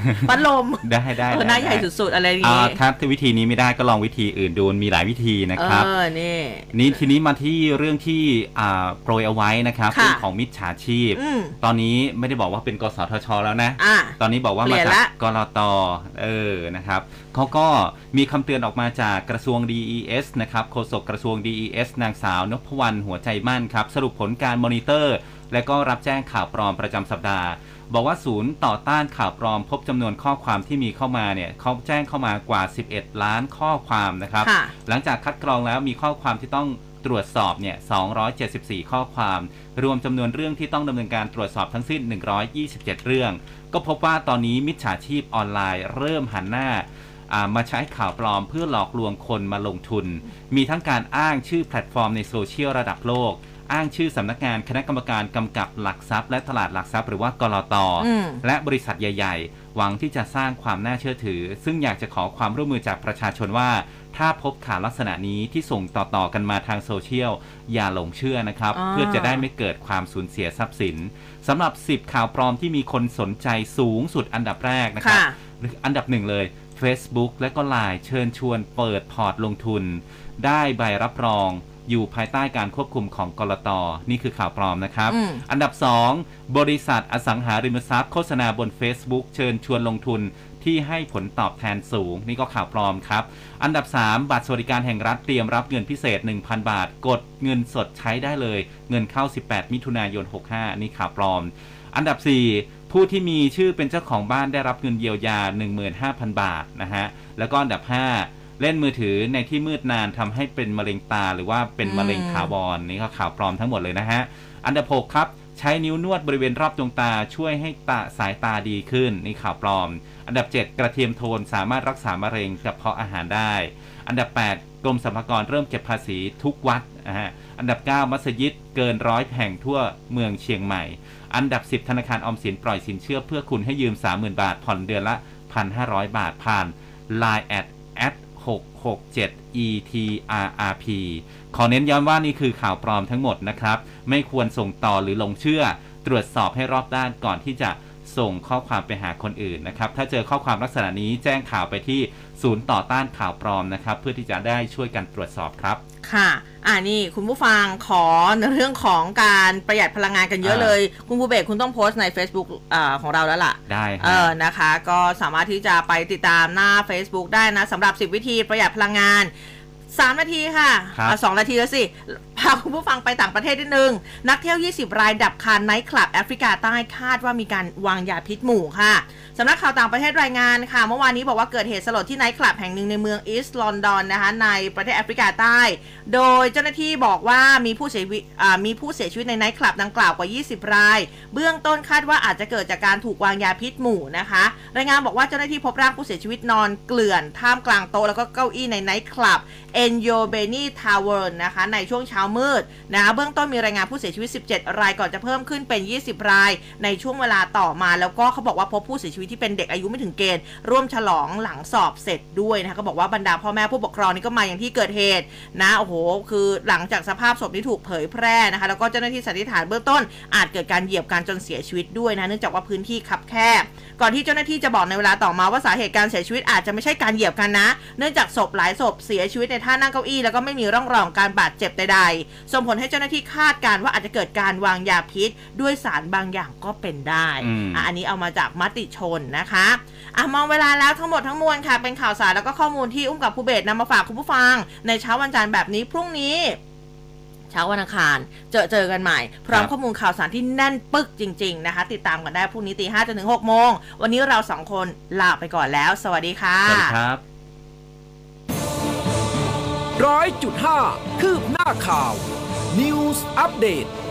พัดลมได้ได้หน้าใหญ่สุดๆอะไรอย่างนี้ถ้าวิธีนี้ไม่ได้ก็ลองวิธีอื่นดูมีหลายวิธีนะครับเออนี่นี่ทีนี้มาที่เรื่องที่โปรยเอาไว้นะครับเรื่องของมิจฉาชีพตอนนี้ไม่ได้บอกว่าเป็นกสทช.แล้วนะตอนนี้บอกว่ามาจากกลต.เออนะครับเขาก็มีคำเตือนออกมาจากกระทรวง ดี อี เอส นะครับโฆษกกระทรวง ดี อี เอส นางสาวนพวรรณหัวใจมั่นครับสรุปผลการมอนิเตอร์และก็รับแจ้งข่าวปลอมประจำสัปดาห์บอกว่าศูนย์ต่อต้านข่าวปลอมพบจำนวนข้อความที่มีเข้ามาเนี่ยเขาแจ้งเข้ามากว่าสิบเอ็ดล้านข้อความนะครับหลังจากคัดกรองแล้วมีข้อความที่ต้องตรวจสอบเนี่ยสองร้อยเจ็ดสิบสี่ข้อความรวมจำนวนเรื่องที่ต้องดำเนินการตรวจสอบทั้งสิ้นหนึ่งร้อยยี่สิบเจ็ดเรื่องก็พบว่าตอนนี้มิจฉาชีพออนไลน์เริ่มหันหน้ามาใช้ข่าวปลอมเพื่อหลอกลวงคนมาลงทุนมีทั้งการอ้างชื่อแพลตฟอร์มในโซเชียลระดับโลกอ้างชื่อสำนักงานคณะกรรมการกำกับหลักทรัพย์และตลาดหลักทรัพย์หรือว่ากลต.และบริษัทใหญ่ๆหวังที่จะสร้างความน่าเชื่อถือซึ่งอยากจะขอความร่วมมือจากประชาชนว่าถ้าพบข่าวลักษณะนี้ที่ส่งต่อๆกันมาทางโซเชียลอย่าหลงเชื่อนะครับเพื่อจะได้ไม่เกิดความสูญเสียทรัพย์สินสำหรับสิบข่าวปลอมที่มีคนสนใจสูงสุดอันดับแรกนะครับอันดับหนึ่งเลย Facebook และก็ ไลน์ เชิญชวนเปิดพอร์ตลงทุนได้ใบรับรองอยู่ภายใต้การควบคุมของกลต.นี่คือข่าวปลอมนะครับ อ, อันดับสองบริษัทอสังหาริมทรัพย์โฆษณาบน Facebook เชิญชวนลงทุนที่ให้ผลตอบแทนสูงนี่ก็ข่าวปลอมครับอันดับสามบัตรสวัสดิการแห่งรัฐเตรียมรับเงินพิเศษ หนึ่งพัน บาทกดเงินสดใช้ได้เลยเงินเข้าสิบแปดมิถุนายนหกสิบห้านี่ข่าวปลอมอันดับสี่ผู้ที่มีชื่อเป็นเจ้าของบ้านได้รับเงินเยียวยา หนึ่งหมื่นห้าพัน บาทนะฮะแล้วก็อันดับห้าเล่นมือถือในที่มืดนานทำให้เป็นมะเร็งตาหรือว่าเป็นมะเร็งถาวรนี่ก็ข่าวปลอมทั้งหมดเลยนะฮะอันดับหกครับใช้นิ้วนวดบริเวณรอบดวงตาช่วยให้ตาสายตาดีขึ้นนี่ข่าวปลอมอันดับเจ็ดกระเทียมโทนสามารถรักษามะเร็งกระเพาะอาหารได้อันดับแปดกรมสรรพากรเริ่มเก็บภาษีทุกวัดนะฮะอันดับเก้ามัสยิดเกินร้อยแห่งทั่วเมืองเชียงใหม่อันดับสิบธนาคารออมสินปล่อยสินเชื่อเพื่อคุณให้ยืม สามหมื่น บาทผ่อนเดือนละ หนึ่งพันห้าร้อย บาทผ่าน ไลน์ แอท แอท หกหกเจ็ด อี ที อาร์ อาร์ พี ขอเน้นย้ำว่านี่คือข่าวปลอมทั้งหมดนะครับไม่ควรส่งต่อหรือลงเชื่อตรวจสอบให้รอบด้านก่อนที่จะส่งข้อความไปหาคนอื่นนะครับถ้าเจอข้อความลักษณะนี้แจ้งข่าวไปที่ศูนย์ต่อต้านข่าวปลอมนะครับเพื่อที่จะได้ช่วยกันตรวจสอบครับค่ะอ่านี่คุณผู้ฟังขอในเรื่องของการประหยัดพลังงานกันเยอะเลยคุณภูเบศคุณต้องโพสต์ใน Facebook อ่าของเราแล้วล่ะได้เออนะคะก็สามารถที่จะไปติดตามหน้า Facebook ได้นะสำหรับสิบวิธีประหยัดพลังงานสามนาทีค่ะสองนาทีแล้วสิพาคุณผู้ฟังไปต่างประเทศนิดนึงนักเที่ยวยี่สิบรายดับคาไนท์คลับแอฟริกาใต้คาดว่ามีการวางยาพิษหมู่ค่ะสำนักข่าวต่างประเทศรายงานค่ะเมื่อวานนี้บอกว่าเกิดเหตุสลดที่ไนท์คลับแห่งหนึ่งในเมืองอีสต์ลอนดอนนะคะในประเทศแอฟริกาใต้โดยเจ้าหน้าที่บอกว่ามีผู้เสียชีวิตมีผู้เสียชีวิตในไนท์คลับดังกล่าวกว่ายี่สิบรายเบื้องต้นคาดว่าอาจจะเกิดจากการถูกวางยาพิษหมู่นะคะรายงานบอกว่าเจ้าหน้าที่พบร่างผู้เสียชีวิตนอนเกลื่อนท่ามกลางโต๊ะแล้วก็เก้าอี้ในไนท์คลับเอ็นโยเบนีทาวเวอร์นะคะในช่วงเช้ามืดนะคะเบื้องต้นมีรายงานผู้เสียชีวิตสิบเจ็ดรายก่อนจะเพิ่มขึ้นเป็นยี่สิบรายในช่วงเวลาต่อมาแล้วก็เขาบอกว่าพบผู้เสียชีวิตที่เป็นเด็กอายุไม่ถึงเกณฑ์ร่วมฉลองหลังสอบเสร็จด้วยนะคะก็บอกว่าบรรดาพ่อแม่ผู้ปกครองนี่ก็มาอย่างที่เกิดเหตุนะโอ้โหคือหลังจากสภาพศพนี้ถูกเผยแพร่นะคะแล้วก็เจ้าหน้าที่สันนิษฐานเบื้องต้นอาจเกิดการเหยียบกันจนเสียชีวิตด้วยนะเนื่องจากว่าพื้นที่คับแคบก่อนที่เจ้าหน้าที่จะบอกในเวลาต่อมาว่าสาเหตุการเสียชีวิตอาจจะไม่ใช่การเหยียบกันนะเนื่องจากศพหลายศพเสียชีวิตในท่านั่งเก้าอี้แล้วก็ไม่มีร่องรอยการบาดเจ็บใดๆส่งผลให้เจ้าหน้าที่คาดการณ์ว่าอาจจะเกิดการวางยาพิษด้วยสารบางอย่างก็เป็นได้อ่ะอันนี้เอามาจากมติชนนะคะอ่ะมองเวลาแล้วทั้งหมดทั้งมวลค่ะเป็นข่าวสารแล้วก็ข้อมูลที่อุ้มกับภูเบศนำมาฝากคุณผู้ฟังในเช้าวันจันทร์แบบนี้พรุ่งนี้เช้าวันอังคารเจอเจอกันใหม่พร้อมข้อมูลข่าวสารที่แน่นปึกจริงๆนะคะติดตามกันได้พรุ่งนี้ตีห้าจนถึงหกโมงวันนี้เราสองคนลาไปก่อนแล้วสวัสดีค่ะสวัสดีครับร้อยจุดห้าคืบหน้าข่าว News Update